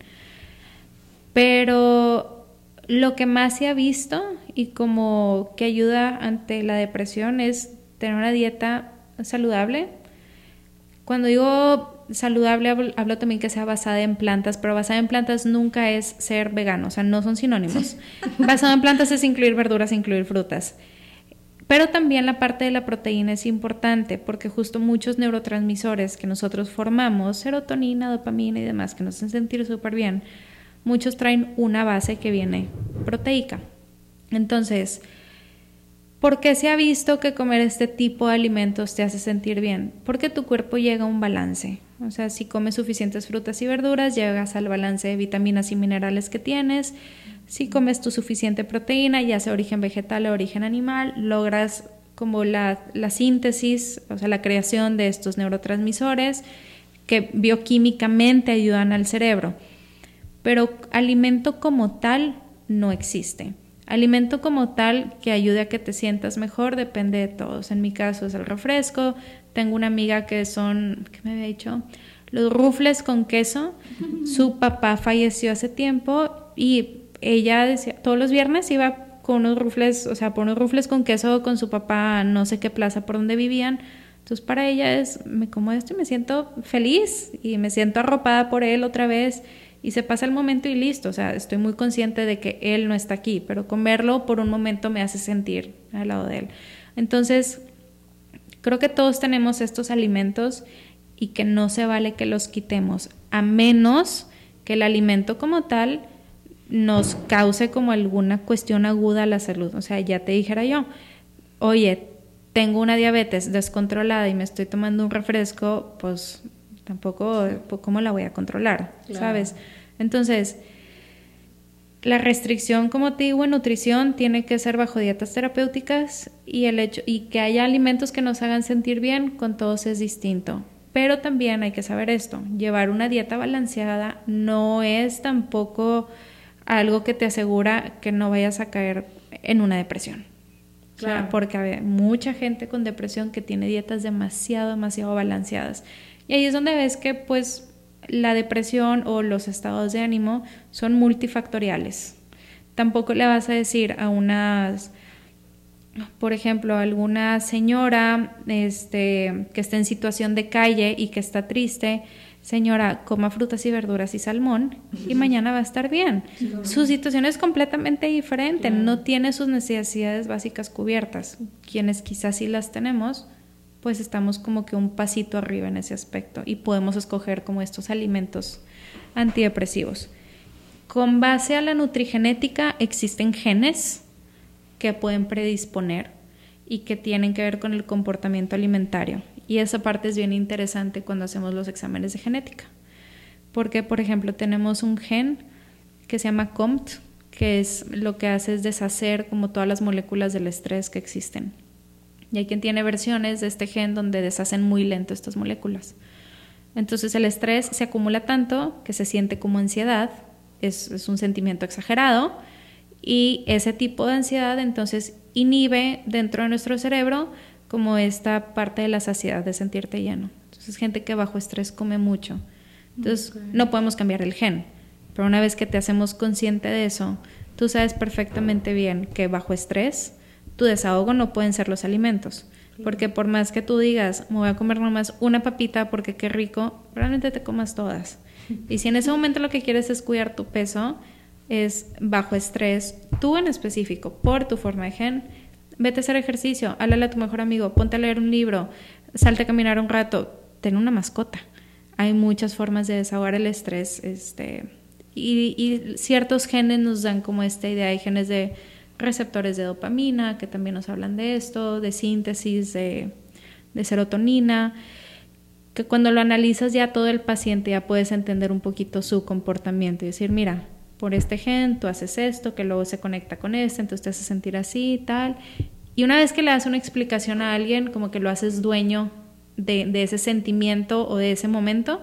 Pero lo que más se ha visto y como que ayuda ante la depresión es tener una dieta saludable. Cuando digo saludable hablo, hablo también que sea basada en plantas, pero basada en plantas nunca es ser vegano, o sea, no son sinónimos. Basado en plantas es incluir verduras, incluir frutas. Pero también la parte de la proteína es importante porque justo muchos neurotransmisores que nosotros formamos, serotonina, dopamina y demás, que nos hacen sentir súper bien, muchos traen una base que viene proteica. Entonces, ¿por qué se ha visto que comer este tipo de alimentos te hace sentir bien? Porque tu cuerpo llega a un balance. O sea, si comes suficientes frutas y verduras, llegas al balance de vitaminas y minerales que tienes. Si comes tu suficiente proteína, ya sea origen vegetal o origen animal, logras como la, la síntesis, o sea, la creación de estos neurotransmisores que bioquímicamente ayudan al cerebro. Pero alimento como tal no existe. Alimento como tal que ayude a que te sientas mejor depende de todos. En mi caso es el refresco. Tengo una amiga que son, ¿qué me había dicho? Los rufles con queso. Su papá falleció hace tiempo y ella decía, todos los viernes iba con unos rufles, o sea, por unos rufles con queso con su papá a no sé qué plaza por donde vivían. Entonces para ella es, me como esto y me siento feliz y me siento arropada por él otra vez. Y se pasa el momento y listo, o sea, estoy muy consciente de que él no está aquí, pero comerlo por un momento me hace sentir al lado de él. Entonces, creo que todos tenemos estos alimentos y que no se vale que los quitemos, a menos que el alimento como tal nos cause como alguna cuestión aguda a la salud. O sea, ya te dijera yo, oye, tengo una diabetes descontrolada y me estoy tomando un refresco, pues tampoco, ¿cómo la voy a controlar? Claro. ¿Sabes? Entonces, la restricción, como te digo, en nutrición tiene que ser bajo dietas terapéuticas y el hecho y que haya alimentos que nos hagan sentir bien, con todos es distinto. Pero también hay que saber esto, llevar una dieta balanceada no es tampoco algo que te asegura que no vayas a caer en una depresión. Claro. O sea, porque hay mucha gente con depresión que tiene dietas demasiado, demasiado balanceadas. Y ahí es donde ves que pues la depresión o los estados de ánimo son multifactoriales. Tampoco le vas a decir a unas, por ejemplo, a alguna señora este, que está en situación de calle y que está triste, señora, coma frutas y verduras y salmón y mañana va a estar bien. Sí, claro. Su situación es completamente diferente, claro. No tiene sus necesidades básicas cubiertas. Quienes quizás sí las tenemos, pues estamos como que un pasito arriba en ese aspecto y podemos escoger como estos alimentos antidepresivos. Con base a la nutrigenética existen genes que pueden predisponer y que tienen que ver con el comportamiento alimentario. Y esa parte es bien interesante cuando hacemos los exámenes de genética. Porque, por ejemplo, tenemos un gen que se llama C O M T, que es lo que hace es deshacer como todas las moléculas del estrés que existen. Y hay quien tiene versiones de este gen donde deshacen muy lento estas moléculas. Entonces el estrés se acumula tanto que se siente como ansiedad, es, es un sentimiento exagerado, y ese tipo de ansiedad entonces inhibe dentro de nuestro cerebro como esta parte de la saciedad, de sentirte lleno. Entonces, gente que bajo estrés come mucho. Entonces, okay. no podemos cambiar el gen, pero una vez que te hacemos consciente de eso, tú sabes perfectamente bien que bajo estrés, tu desahogo no pueden ser los alimentos. Porque por más que tú digas, me voy a comer nomás una papita porque qué rico, realmente te comas todas. Y si en ese momento lo que quieres es cuidar tu peso, es bajo estrés, tú en específico, por tu forma de gen, vete a hacer ejercicio, háblale a tu mejor amigo, ponte a leer un libro, salte a caminar un rato, ten una mascota. Hay muchas formas de desahogar el estrés, este, y, y ciertos genes nos dan como esta idea, hay genes de receptores de dopamina que también nos hablan de esto, de síntesis de, de serotonina, que cuando lo analizas ya todo el paciente ya puedes entender un poquito su comportamiento y decir, mira, por este gen tú haces esto, que luego se conecta con este, entonces te hace sentir así y tal. Y una vez que le das una explicación a alguien, como que lo haces dueño de, de ese sentimiento o de ese momento,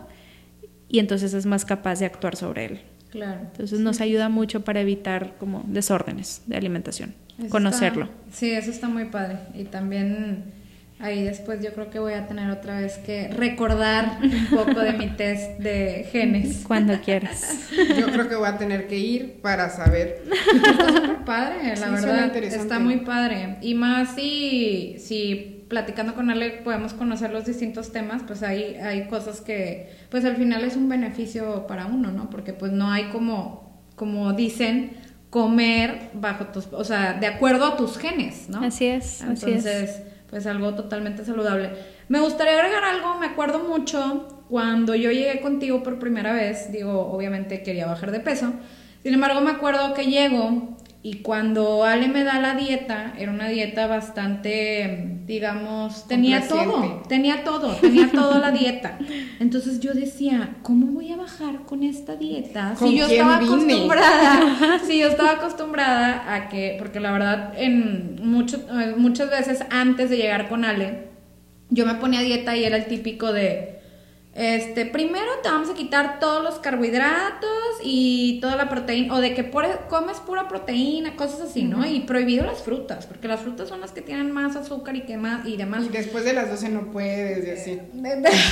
y entonces es más capaz de actuar sobre él. Claro. Entonces sí. nos ayuda mucho para evitar como desórdenes de alimentación, eso conocerlo. Está, sí, eso está muy padre. Y también ahí después yo creo que voy a tener otra vez que recordar un poco de mi test de genes. Cuando quieras. Yo creo que voy a tener que ir para saber. Está súper padre, la sí, verdad. Está muy padre. Y más si, si platicando con Ale podemos conocer los distintos temas, pues hay, hay cosas que pues al final es un beneficio para uno, ¿no? Porque pues no hay como, como dicen, comer bajo tus, o sea, de acuerdo a tus genes, ¿no? Así es, Entonces, así es. pues algo totalmente saludable. Me gustaría agregar algo, me acuerdo mucho cuando yo llegué contigo por primera vez, digo, obviamente quería bajar de peso, sin embargo me acuerdo que llego y cuando Ale me da la dieta, era una dieta bastante, digamos, tenía todo, tenía todo, tenía toda la dieta. Entonces yo decía, ¿cómo voy a bajar con esta dieta? Si yo estaba vine? acostumbrada, si yo estaba acostumbrada a que, porque la verdad, en mucho, muchas veces antes de llegar con Ale, yo me ponía a dieta y era el típico de, este, primero te vamos a quitar todos los carbohidratos y toda la proteína, o de que por, comes pura proteína, cosas así, ¿no? Y prohibido las frutas, porque las frutas son las que tienen más azúcar y que más y demás. Y después de las doce no puedes y así. no,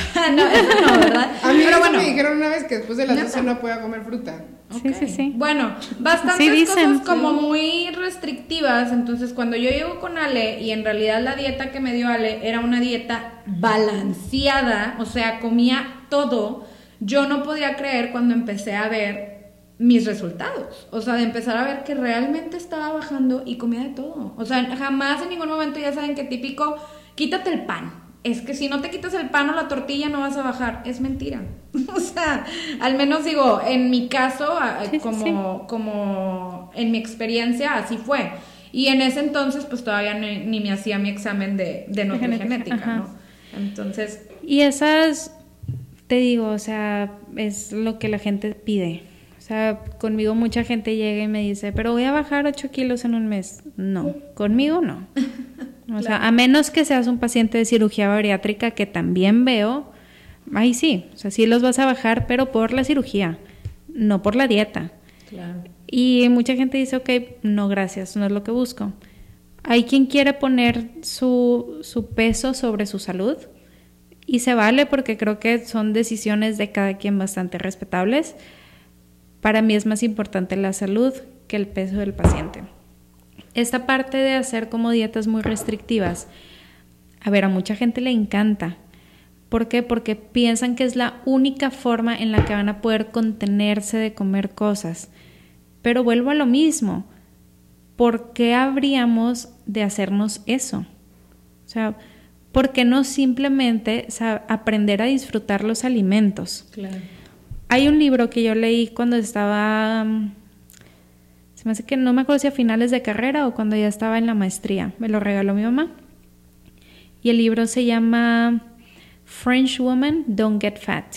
eso no, ¿verdad? A mí Pero bueno, me dijeron una vez que después de las doce no pueda comer fruta. Okay. Sí, sí, sí. Bueno, bastantes sí dicen, cosas como muy restrictivas. Entonces cuando yo llego con Ale y en realidad la dieta que me dio Ale era una dieta balanceada, o sea, comía todo, yo no podía creer cuando empecé a ver mis resultados, o sea, de empezar a ver que realmente estaba bajando y comía de todo. O sea, jamás en ningún momento, ya saben que típico, quítate el pan. Es que si no te quitas el pan o la tortilla no vas a bajar. Es mentira. O sea, al menos digo, en mi caso, sí, como, sí. como en mi experiencia, así fue. Y en ese entonces, pues todavía ni, ni me hacía mi examen de, de nutrigenética, ¿no? Entonces... Y esas, te digo, o sea, es lo que la gente pide. O sea, conmigo mucha gente llega y me dice, pero voy a bajar ocho kilos en un mes. No, conmigo no. O claro. sea, a menos que seas un paciente de cirugía bariátrica, que también veo, ahí sí, o sea, sí los vas a bajar, pero por la cirugía, no por la dieta. Claro. Y mucha gente dice, ok, no, gracias, no es lo que busco. Hay quien quiere poner su, su peso sobre su salud, y se vale porque creo que son decisiones de cada quien bastante respetables. Para mí es más importante la salud que el peso del paciente. Esta parte de hacer como dietas muy restrictivas, a ver, a mucha gente le encanta. ¿Por qué? Porque piensan que es la única forma en la que van a poder contenerse de comer cosas. Pero vuelvo a lo mismo. ¿Por qué habríamos de hacernos eso? O sea, ¿por qué no simplemente o sea, aprender a disfrutar los alimentos? Claro. Hay un libro que yo leí cuando estaba... Se me hace que no me acuerdo si a finales de carrera o cuando ya estaba en la maestría. Me lo regaló mi mamá. Y el libro se llama French Women Don't Get Fat.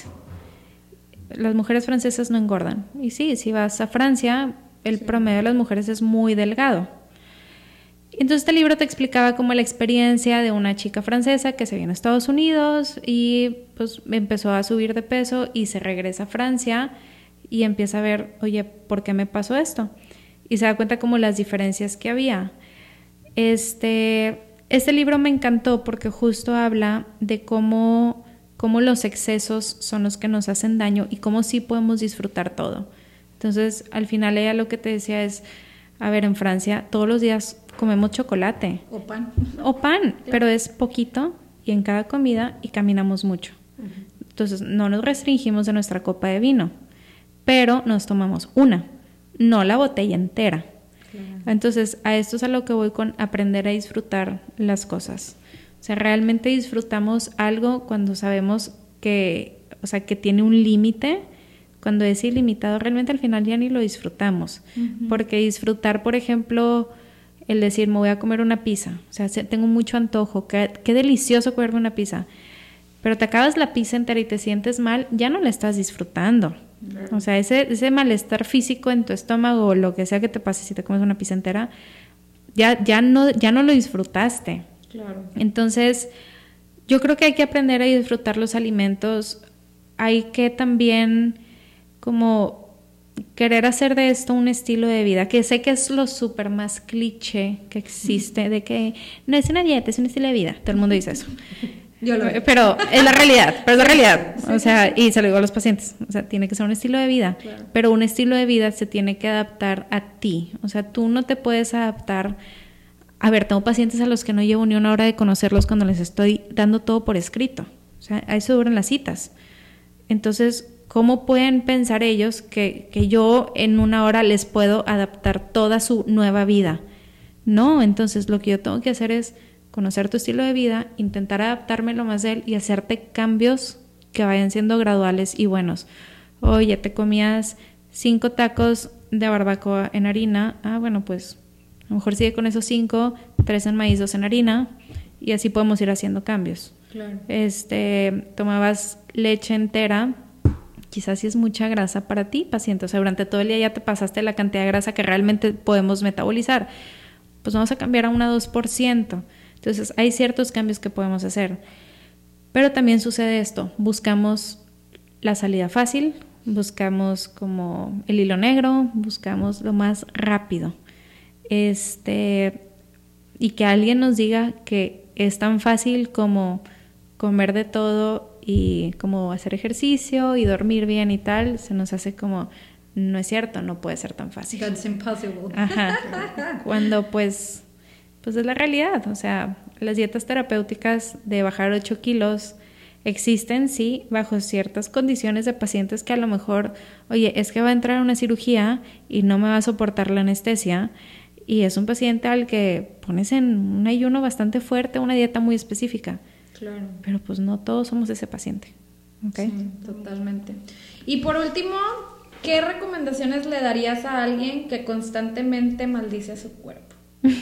Las mujeres francesas no engordan. Y sí, si vas a Francia, el sí. promedio de las mujeres es muy delgado. Entonces este libro te explicaba como la experiencia de una chica francesa que se vino a Estados Unidos y pues empezó a subir de peso y se regresa a Francia y empieza a ver, oye, ¿por qué me pasó esto? Y se da cuenta como las diferencias que había. Este, este libro me encantó porque justo habla de cómo, cómo los excesos son los que nos hacen daño y cómo sí podemos disfrutar todo. Entonces, al final ella lo que te decía es, a ver, en Francia todos los días comemos chocolate. O pan. O pan, sí. Pero es poquito y en cada comida y caminamos mucho. Uh-huh. Entonces, no nos restringimos de nuestra copa de vino, pero nos tomamos una, no la botella entera. Claro. Entonces, a esto es a lo que voy con aprender a disfrutar las cosas. O sea, realmente disfrutamos algo cuando sabemos que, o sea, que tiene un límite. Cuando es ilimitado, realmente al final ya ni lo disfrutamos. Uh-huh. Porque disfrutar, por ejemplo, el decir, me voy a comer una pizza. O sea, tengo mucho antojo, qué, qué delicioso comerme una pizza. Pero te acabas la pizza entera y te sientes mal, ya no la estás disfrutando. Uh-huh. O sea, ese, ese malestar físico en tu estómago o lo que sea que te pase si te comes una pizza entera, ya, ya, no, ya no lo disfrutaste. Claro. Entonces, yo creo que hay que aprender a disfrutar los alimentos. Hay que también como querer hacer de esto un estilo de vida, que sé que es lo súper más cliché que existe, de que no es una dieta, es un estilo de vida. Todo el mundo dice eso. Yo lo veo. Pero es la realidad, pero es la realidad. O sea, y se lo digo a los pacientes, o sea, tiene que ser un estilo de vida, claro. Pero un estilo de vida se tiene que adaptar a ti. O sea, tú no te puedes adaptar. A ver, tengo pacientes a los que no llevo ni una hora de conocerlos cuando les estoy dando todo por escrito. O sea, a eso duran las citas. Entonces, ¿cómo pueden pensar ellos que, que yo en una hora les puedo adaptar toda su nueva vida? No, entonces lo que yo tengo que hacer es conocer tu estilo de vida, intentar adaptarme lo más de él y hacerte cambios que vayan siendo graduales y buenos. Oye, te comías cinco tacos de barbacoa en harina, ah, bueno, pues a lo mejor sigue con esos cinco, tres en maíz, dos en harina, y así podemos ir haciendo cambios. Claro. Este, tomabas leche entera, quizás si es mucha grasa para ti, paciente, o sea, durante todo el día ya te pasaste la cantidad de grasa que realmente podemos metabolizar, pues vamos a cambiar a una dos por ciento. Entonces hay ciertos cambios que podemos hacer, pero también sucede esto, buscamos la salida fácil, buscamos como el hilo negro, buscamos lo más rápido, este, y que alguien nos diga que es tan fácil como comer de todo y como hacer ejercicio y dormir bien y tal, se nos hace como, no es cierto, no puede ser tan fácil. That's impossible. Ajá. Cuando pues, pues es la realidad, o sea, las dietas terapéuticas de bajar ocho kilos existen, sí, bajo ciertas condiciones de pacientes que a lo mejor, oye, es que va a entrar a una cirugía y no me va a soportar la anestesia, y es un paciente al que pones en un ayuno bastante fuerte, una dieta muy específica. Claro. Pero pues no todos somos ese paciente. ¿Okay? Sí, totalmente. Y por último, ¿qué recomendaciones le darías a alguien que constantemente maldice a su cuerpo?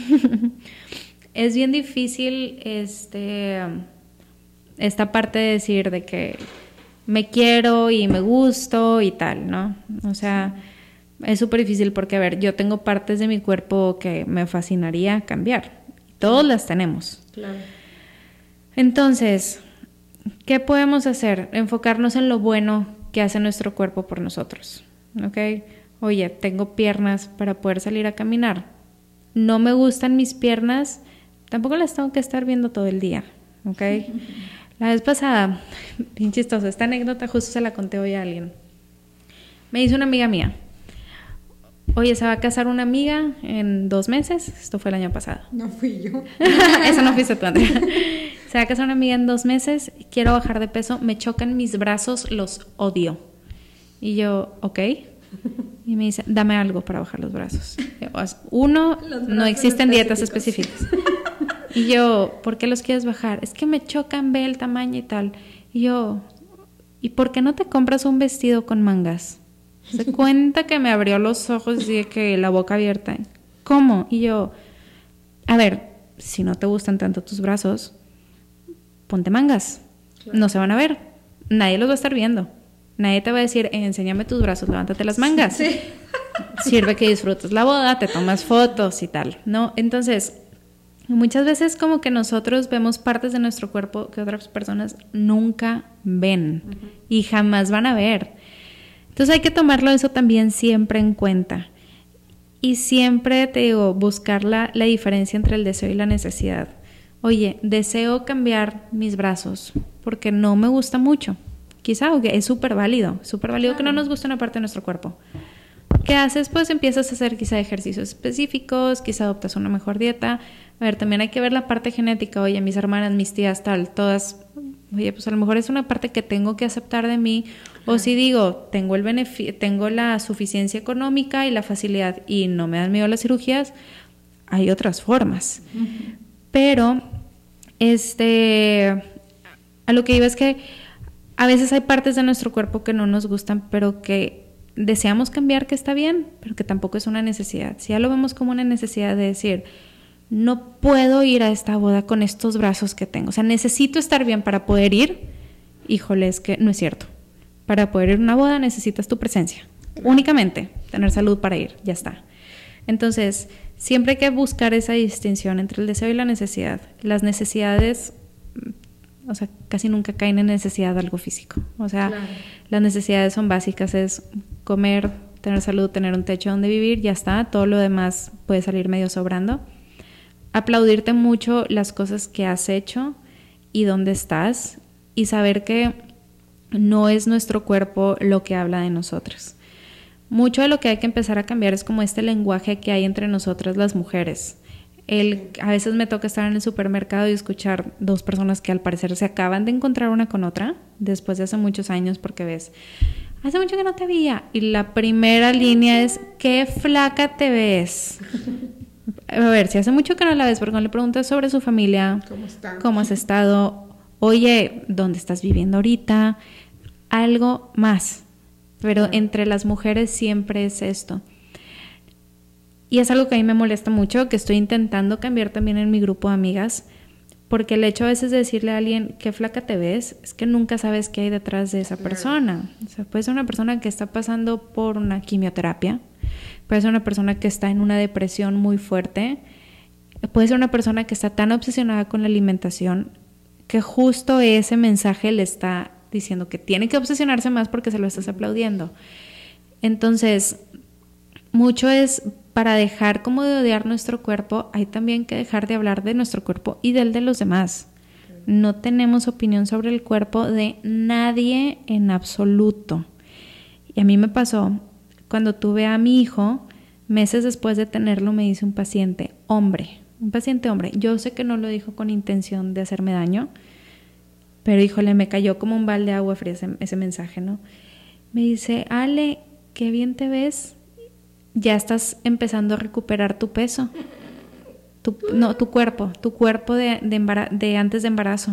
Es bien difícil este, esta parte de decir de que me quiero y me gusto y tal, ¿no? O sea, es súper difícil porque, a ver, yo tengo partes de mi cuerpo que me fascinaría cambiar. Todos las tenemos. Claro. Entonces, ¿qué podemos hacer? Enfocarnos en lo bueno que hace nuestro cuerpo por nosotros, ¿ok? Oye, tengo piernas para poder salir a caminar. No me gustan mis piernas, tampoco las tengo que estar viendo todo el día, ¿ok? La vez pasada, bien chistoso, esta anécdota justo se la conté hoy a alguien. Me dice una amiga mía, oye, se va a casar una amiga en dos meses, esto fue el año pasado. No fui yo. Eso no fuiste tú, Andrea. Se va a casar una amiga en dos meses, quiero bajar de peso, me chocan mis brazos, los odio. Y yo, ok. Y me dice, dame algo para bajar los brazos. Uno, no existen dietas específicas. Y yo, ¿por qué los quieres bajar? Es que me chocan, ve el tamaño y tal. Y yo, ¿y por qué no te compras un vestido con mangas? Se cuenta que me abrió los ojos y que la boca abierta. ¿Cómo? Y yo, a ver, si no te gustan tanto tus brazos, ponte mangas. Claro. No se van a ver. Nadie los va a estar viendo. Nadie te va a decir, eh, enséñame tus brazos, levántate las mangas. Sí. Sirve que disfrutes la boda, te tomas fotos y tal, ¿no? Entonces, muchas veces como que nosotros vemos partes de nuestro cuerpo que otras personas nunca ven uh-huh. y jamás van a ver. Entonces hay que tomarlo eso también siempre en cuenta. Y siempre, te digo, buscar la, la diferencia entre el deseo y la necesidad. oye, deseo cambiar mis brazos porque no me gusta mucho. Quizá okay, es súper válido, súper válido claro. que no nos guste una parte de nuestro cuerpo. ¿Qué haces? Pues empiezas a hacer quizá ejercicios específicos, quizá adoptas una mejor dieta. A ver, también hay que ver la parte genética. Oye, mis hermanas, mis tías, tal, todas, oye, pues a lo mejor es una parte que tengo que aceptar de mí. Claro. O si digo, tengo el beneficio, tengo la suficiencia económica y la facilidad y no me dan miedo las cirugías, hay otras formas. Uh-huh. Pero, este, a lo que iba es que a veces hay partes de nuestro cuerpo que no nos gustan, pero que deseamos cambiar, que está bien, pero que tampoco es una necesidad. Si ya lo vemos como una necesidad de decir, no puedo ir a esta boda con estos brazos que tengo, o sea, necesito estar bien para poder ir, híjole, es que no es cierto. Para poder ir a una boda necesitas tu presencia, únicamente tener salud para ir, ya está. Entonces, siempre hay que buscar esa distinción entre el deseo y la necesidad. Las necesidades, o sea, casi nunca caen en necesidad de algo físico. O sea, claro. las necesidades son básicas, es comer, tener salud, tener un techo donde vivir, ya está. Todo lo demás puede salir medio sobrando. Aplaudirte mucho las cosas que has hecho y dónde estás y saber que no es nuestro cuerpo lo que habla de nosotros. Mucho de lo que hay que empezar a cambiar es como este lenguaje que hay entre nosotras las mujeres. El, a veces me toca estar en el supermercado y escuchar dos personas que al parecer se acaban de encontrar una con otra después de hace muchos años porque ves, hace mucho que no te veía. Y la primera línea es, ¿qué flaca te ves? A ver, si hace mucho que no la ves, porque le preguntas sobre su familia, ¿cómo está? ¿Cómo has estado? Oye, ¿dónde estás viviendo ahorita? Algo más. Pero sí. entre las mujeres siempre es esto. Y es algo que a mí me molesta mucho, que estoy intentando cambiar también en mi grupo de amigas, porque el hecho a veces de decirle a alguien qué flaca te ves, es que nunca sabes qué hay detrás de esa claro. persona. O sea, puede ser una persona que está pasando por una quimioterapia, puede ser una persona que está en una depresión muy fuerte, puede ser una persona que está tan obsesionada con la alimentación que justo ese mensaje le está diciendo que tiene que obsesionarse más porque se lo estás aplaudiendo. Entonces, mucho es para dejar como de odiar nuestro cuerpo, hay también que dejar de hablar de nuestro cuerpo y del de los demás. No tenemos opinión sobre el cuerpo de nadie en absoluto. Y a mí me pasó, cuando tuve a mi hijo, meses después de tenerlo me dice un paciente, hombre, un paciente hombre, yo sé que no lo dijo con intención de hacerme daño, pero híjole, me cayó como un balde de agua fría ese, ese mensaje, ¿no? Me dice, Ale, qué bien te ves, ya estás empezando a recuperar tu peso, tu, no, tu cuerpo, tu cuerpo de, de, embara- de antes de embarazo.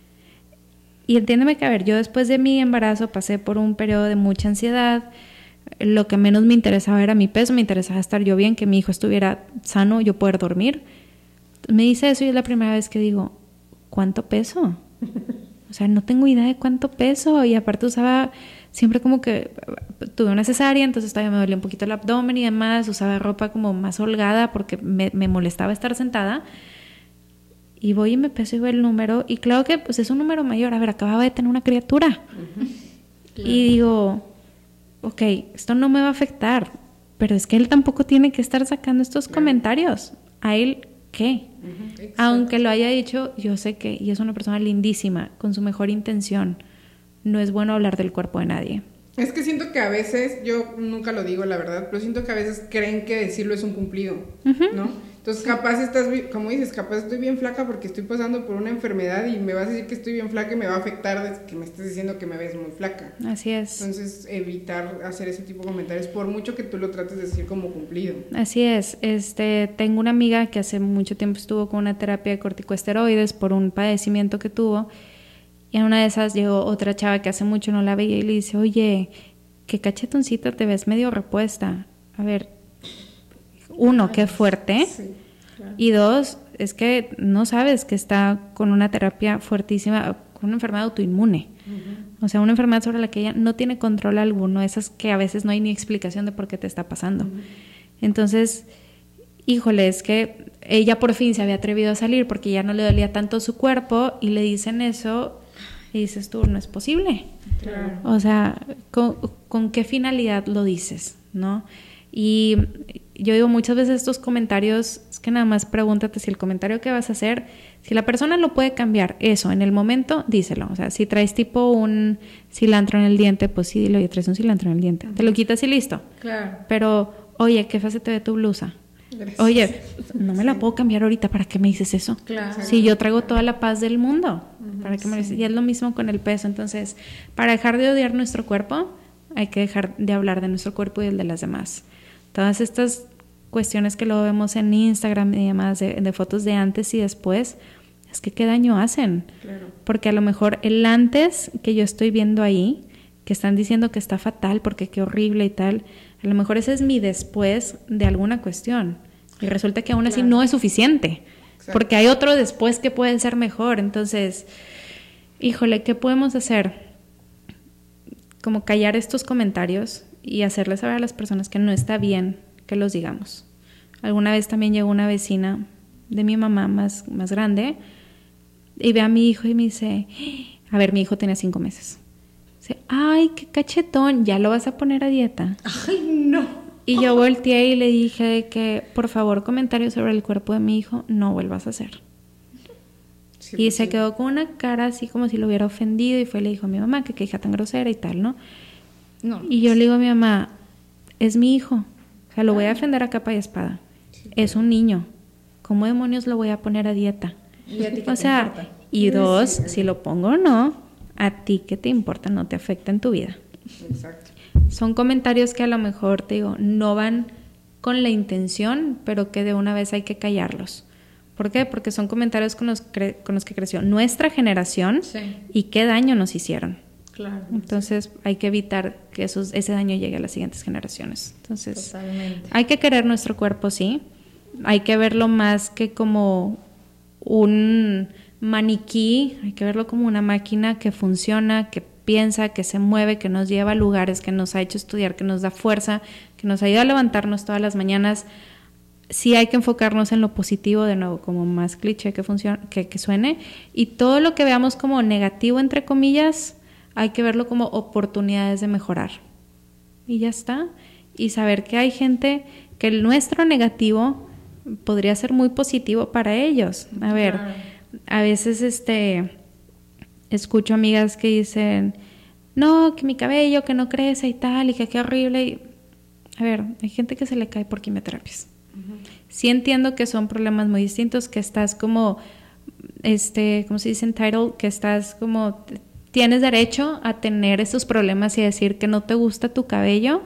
Y entiéndeme que, a ver, yo después de mi embarazo pasé por un periodo de mucha ansiedad, lo que menos me interesaba era mi peso, me interesaba estar yo bien, que mi hijo estuviera sano, yo poder dormir. Me dice eso y es la primera vez que digo, ¿cuánto peso? O sea, no tengo idea de cuánto peso y aparte usaba, siempre como que tuve una cesárea, entonces todavía me dolía un poquito el abdomen y demás, usaba ropa como más holgada porque me, me molestaba estar sentada y voy y me peso y veo el número y claro que pues es un número mayor, a ver, acababa de tener una criatura uh-huh. claro. Y digo, ok, esto no me va a afectar, pero es que él tampoco tiene que estar sacando estos claro. comentarios, a él ¿qué? Uh-huh. Aunque lo haya dicho, yo sé que, y es una persona lindísima, con su mejor intención, no es bueno hablar del cuerpo de nadie. Es que siento que a veces, yo nunca lo digo la verdad, pero siento que a veces creen que decirlo es un cumplido, uh-huh. ¿no? Entonces capaz estás, como dices, capaz estoy bien flaca porque estoy pasando por una enfermedad y me vas a decir que estoy bien flaca y me va a afectar desde que me estés diciendo que me ves muy flaca. Así es. Entonces evitar hacer ese tipo de comentarios por mucho que tú lo trates de decir como cumplido. Así es. Este, tengo una amiga que hace mucho tiempo estuvo con una terapia de corticosteroides por un padecimiento que tuvo y en una de esas llegó otra chava que hace mucho no la veía y le dice, oye, qué cachetoncita, te ves medio repuesta. A ver, uno, qué fuerte. Sí, claro. Y dos, es que no sabes que está con una terapia fuertísima, con una enfermedad autoinmune. Uh-huh. O sea, una enfermedad sobre la que ella no tiene control alguno, esas que a veces no hay ni explicación de por qué te está pasando. Uh-huh. Entonces, híjole, es que ella por fin se había atrevido a salir porque ya no le dolía tanto su cuerpo y le dicen eso y dices tú, no es posible. Claro. O sea, ¿con, con qué finalidad lo dices, no? Y yo digo muchas veces estos comentarios, es que nada más pregúntate si el comentario que vas a hacer, si la persona lo puede cambiar, eso, en el momento, díselo. O sea, si traes tipo un cilantro en el diente, pues sí, dile, oye, traes un cilantro en el diente. Uh-huh. Te lo quitas y listo. Claro. Pero, oye, qué fea se te ve tu blusa. Gracias. Oye, no me la puedo cambiar ahorita, ¿para qué me dices eso? Claro. Si yo traigo toda la paz del mundo, uh-huh, ¿para qué me sí. dices? Y es lo mismo con el peso. Entonces, para dejar de odiar nuestro cuerpo, hay que dejar de hablar de nuestro cuerpo y el de las demás. Todas estas cuestiones que luego vemos en Instagram y demás, de, de fotos de antes y después, es que qué daño hacen. Claro. Porque a lo mejor el antes que yo estoy viendo ahí, que están diciendo que está fatal porque qué horrible y tal, a lo mejor ese es mi después de alguna cuestión. Y resulta que aún así claro. no es suficiente. Exacto. Porque hay otro después que puede ser mejor. Entonces, híjole, ¿qué podemos hacer? Como callar estos comentarios y hacerles saber a las personas que no está bien que los digamos. Alguna vez también llegó una vecina de mi mamá más, más grande y ve a mi hijo y me dice, a ver, mi hijo tenía cinco meses. Dice, ay, qué cachetón, ¿ya lo vas a poner a dieta? Ay, no. Y yo volteé y le dije que, por favor, comentarios sobre el cuerpo de mi hijo no vuelvas a hacer. Sí, y pues se sí. quedó con una cara así como si lo hubiera ofendido y fue y le dijo a mi mamá que qué hija tan grosera y tal, ¿no? No. Y yo le digo a mi mamá, es mi hijo, o sea, lo voy a defender a capa y espada. Sí, es un niño, ¿cómo demonios lo voy a poner a dieta? ¿Y a ti qué o te sea, importa? Y dos, sí, si lo pongo o no, a ti qué te importa, no te afecta en tu vida. Exacto. Son comentarios que a lo mejor, te digo, no van con la intención, pero que de una vez hay que callarlos. ¿Por qué? Porque son comentarios con los, cre- con los que creció nuestra generación sí. y qué daño nos hicieron. Claro. Entonces hay que evitar que esos, ese daño llegue a las siguientes generaciones. Entonces Totalmente. Hay que querer nuestro cuerpo, sí. Hay que verlo más que como un maniquí, hay que verlo como una máquina que funciona, que piensa, que se mueve, que nos lleva a lugares, que nos ha hecho estudiar, que nos da fuerza, que nos ayuda a levantarnos todas las mañanas. Sí hay que enfocarnos en lo positivo, de nuevo, como más cliché que, funcione, que, que suene, y todo lo que veamos como negativo, entre comillas, hay que verlo como oportunidades de mejorar. Y ya está. Y saber que hay gente que el nuestro negativo podría ser muy positivo para ellos. A ver, claro. a veces este escucho amigas que dicen, no, que mi cabello, que no crece y tal, y que qué horrible. Y, a ver, hay gente que se le cae por quimioterapias. Uh-huh. Sí entiendo que son problemas muy distintos, que estás como, este, ¿cómo se dice? Entitled, que estás como, tienes derecho a tener esos problemas y decir que no te gusta tu cabello,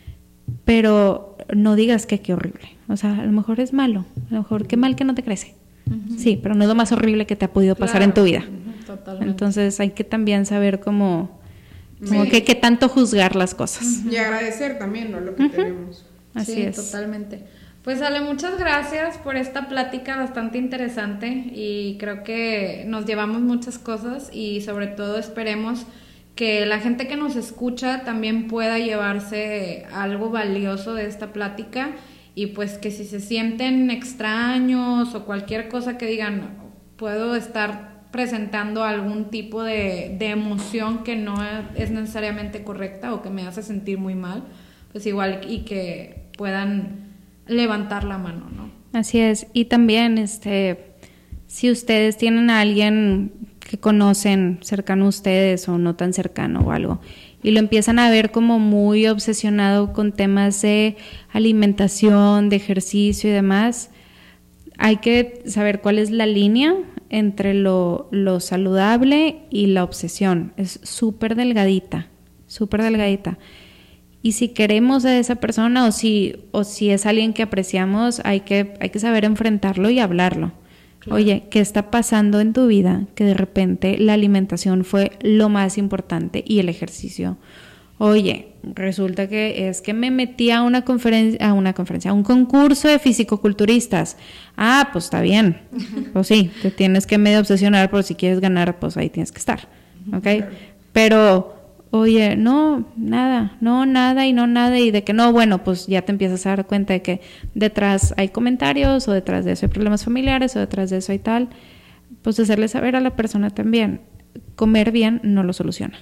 pero no digas que qué horrible. O sea, a lo mejor es malo, a lo mejor qué mal que no te crece. Uh-huh. Sí, pero no es lo más horrible que te ha podido pasar claro. en tu vida. Uh-huh. Totalmente. Entonces hay que también saber cómo, como sí. que, que tanto juzgar las cosas. Uh-huh. Y agradecer también, ¿no? Lo que uh-huh. tenemos. Así sí, es. Totalmente. Pues Ale, muchas gracias por esta plática bastante interesante y creo que nos llevamos muchas cosas y sobre todo esperemos que la gente que nos escucha también pueda llevarse algo valioso de esta plática y pues que si se sienten extraños o cualquier cosa que digan, puedo estar presentando algún tipo de, de emoción que no es necesariamente correcta o que me hace sentir muy mal, pues igual y que puedan levantar la mano, ¿no? Así es. Y también, este, si ustedes tienen a alguien que conocen cercano a ustedes o no tan cercano o algo, y lo empiezan a ver como muy obsesionado con temas de alimentación, de ejercicio y demás, hay que saber cuál es la línea entre lo, lo saludable y la obsesión. Es súper delgadita, súper delgadita. Y si queremos a esa persona o si, o si es alguien que apreciamos, hay que, hay que saber enfrentarlo y hablarlo. Claro. Oye, ¿qué está pasando en tu vida? Que de repente la alimentación fue lo más importante y el ejercicio. Oye, resulta que es que me metí a una conferencia, a una conferencia, a un concurso de fisicoculturistas. Ah, pues está bien. Uh-huh. Pues sí, te tienes que medio obsesionar, pero si quieres ganar, pues ahí tienes que estar. ¿Ok? Claro. Pero oye, no, nada, no, nada y no nada, y de que no, bueno, pues ya te empiezas a dar cuenta de que detrás hay comentarios, o detrás de eso hay problemas familiares, o detrás de eso hay tal, pues hacerle saber a la persona también, comer bien no lo soluciona.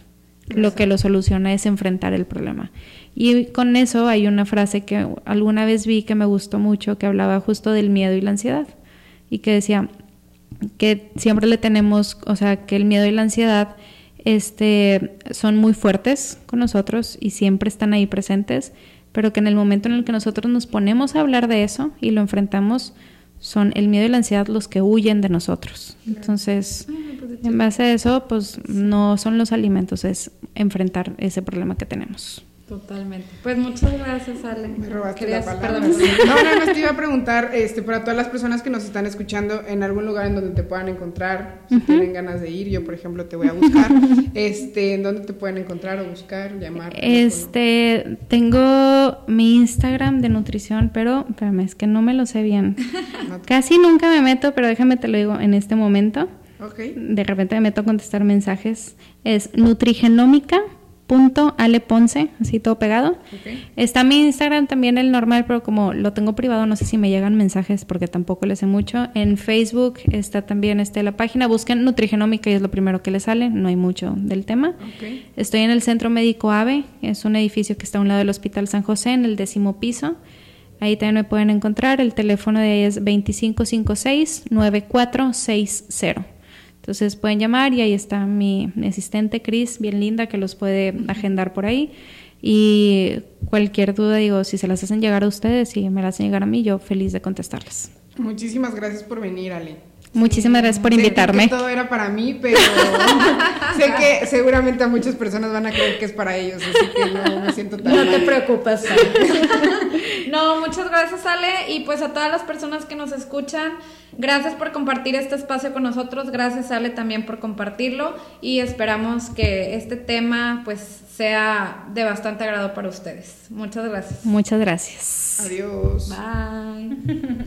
lo que lo soluciona es enfrentar el problema. Y con eso hay una frase que alguna vez vi que me gustó mucho, que hablaba justo del miedo y la ansiedad, y que decía que siempre le tenemos, o sea, que el miedo y la ansiedad este, son muy fuertes con nosotros y siempre están ahí presentes, pero que en el momento en el que nosotros nos ponemos a hablar de eso y lo enfrentamos, son el miedo y la ansiedad los que huyen de nosotros. Entonces, en base a eso, pues no son los alimentos, es enfrentar ese problema que tenemos. Totalmente. Pues muchas gracias, Ale. Me robaste Querías, la palabra. perdón. No, no, no, te iba a preguntar, este, para todas las personas que nos están escuchando, en algún lugar en donde te puedan encontrar, si uh-huh. tienen ganas de ir, yo por ejemplo te voy a buscar, este, ¿en dónde te pueden encontrar o buscar, llamar? Este, teléfono? Tengo mi Instagram de nutrición, pero, espérame, es que no me lo sé bien. No te... Casi nunca me meto, pero déjame te lo digo en este momento. Okay. De repente me meto a contestar mensajes. Es nutrigenómica punto Ale Ponce, así todo pegado. Okay. Está mi Instagram también, el normal, pero como lo tengo privado, no sé si me llegan mensajes porque tampoco le sé mucho. En Facebook está también este, la página, busquen Nutrigenómica y es lo primero que les sale, no hay mucho del tema. Okay. Estoy en el Centro Médico AVE, es un edificio que está a un lado del Hospital San José, en el décimo piso. Ahí también me pueden encontrar, el teléfono de ahí es veinticinco cincuenta y seis, noventa y cuatro sesenta. Entonces pueden llamar y ahí está mi, mi asistente Cris, bien linda, que los puede agendar por ahí. Y cualquier duda, digo, si se las hacen llegar a ustedes y me las hacen llegar a mí, yo feliz de contestarlas. Muchísimas gracias por venir, Ale. Muchísimas gracias por invitarme. Sé que todo era para mí, pero sé que seguramente a muchas personas van a creer que es para ellos, así que no me siento tan No mal. te preocupes, Ale. No, muchas gracias, Ale, y pues a todas las personas que nos escuchan, gracias por compartir este espacio con nosotros, gracias, Ale, también por compartirlo, y esperamos que este tema pues sea de bastante agrado para ustedes. Muchas gracias. Muchas gracias. Adiós. Bye.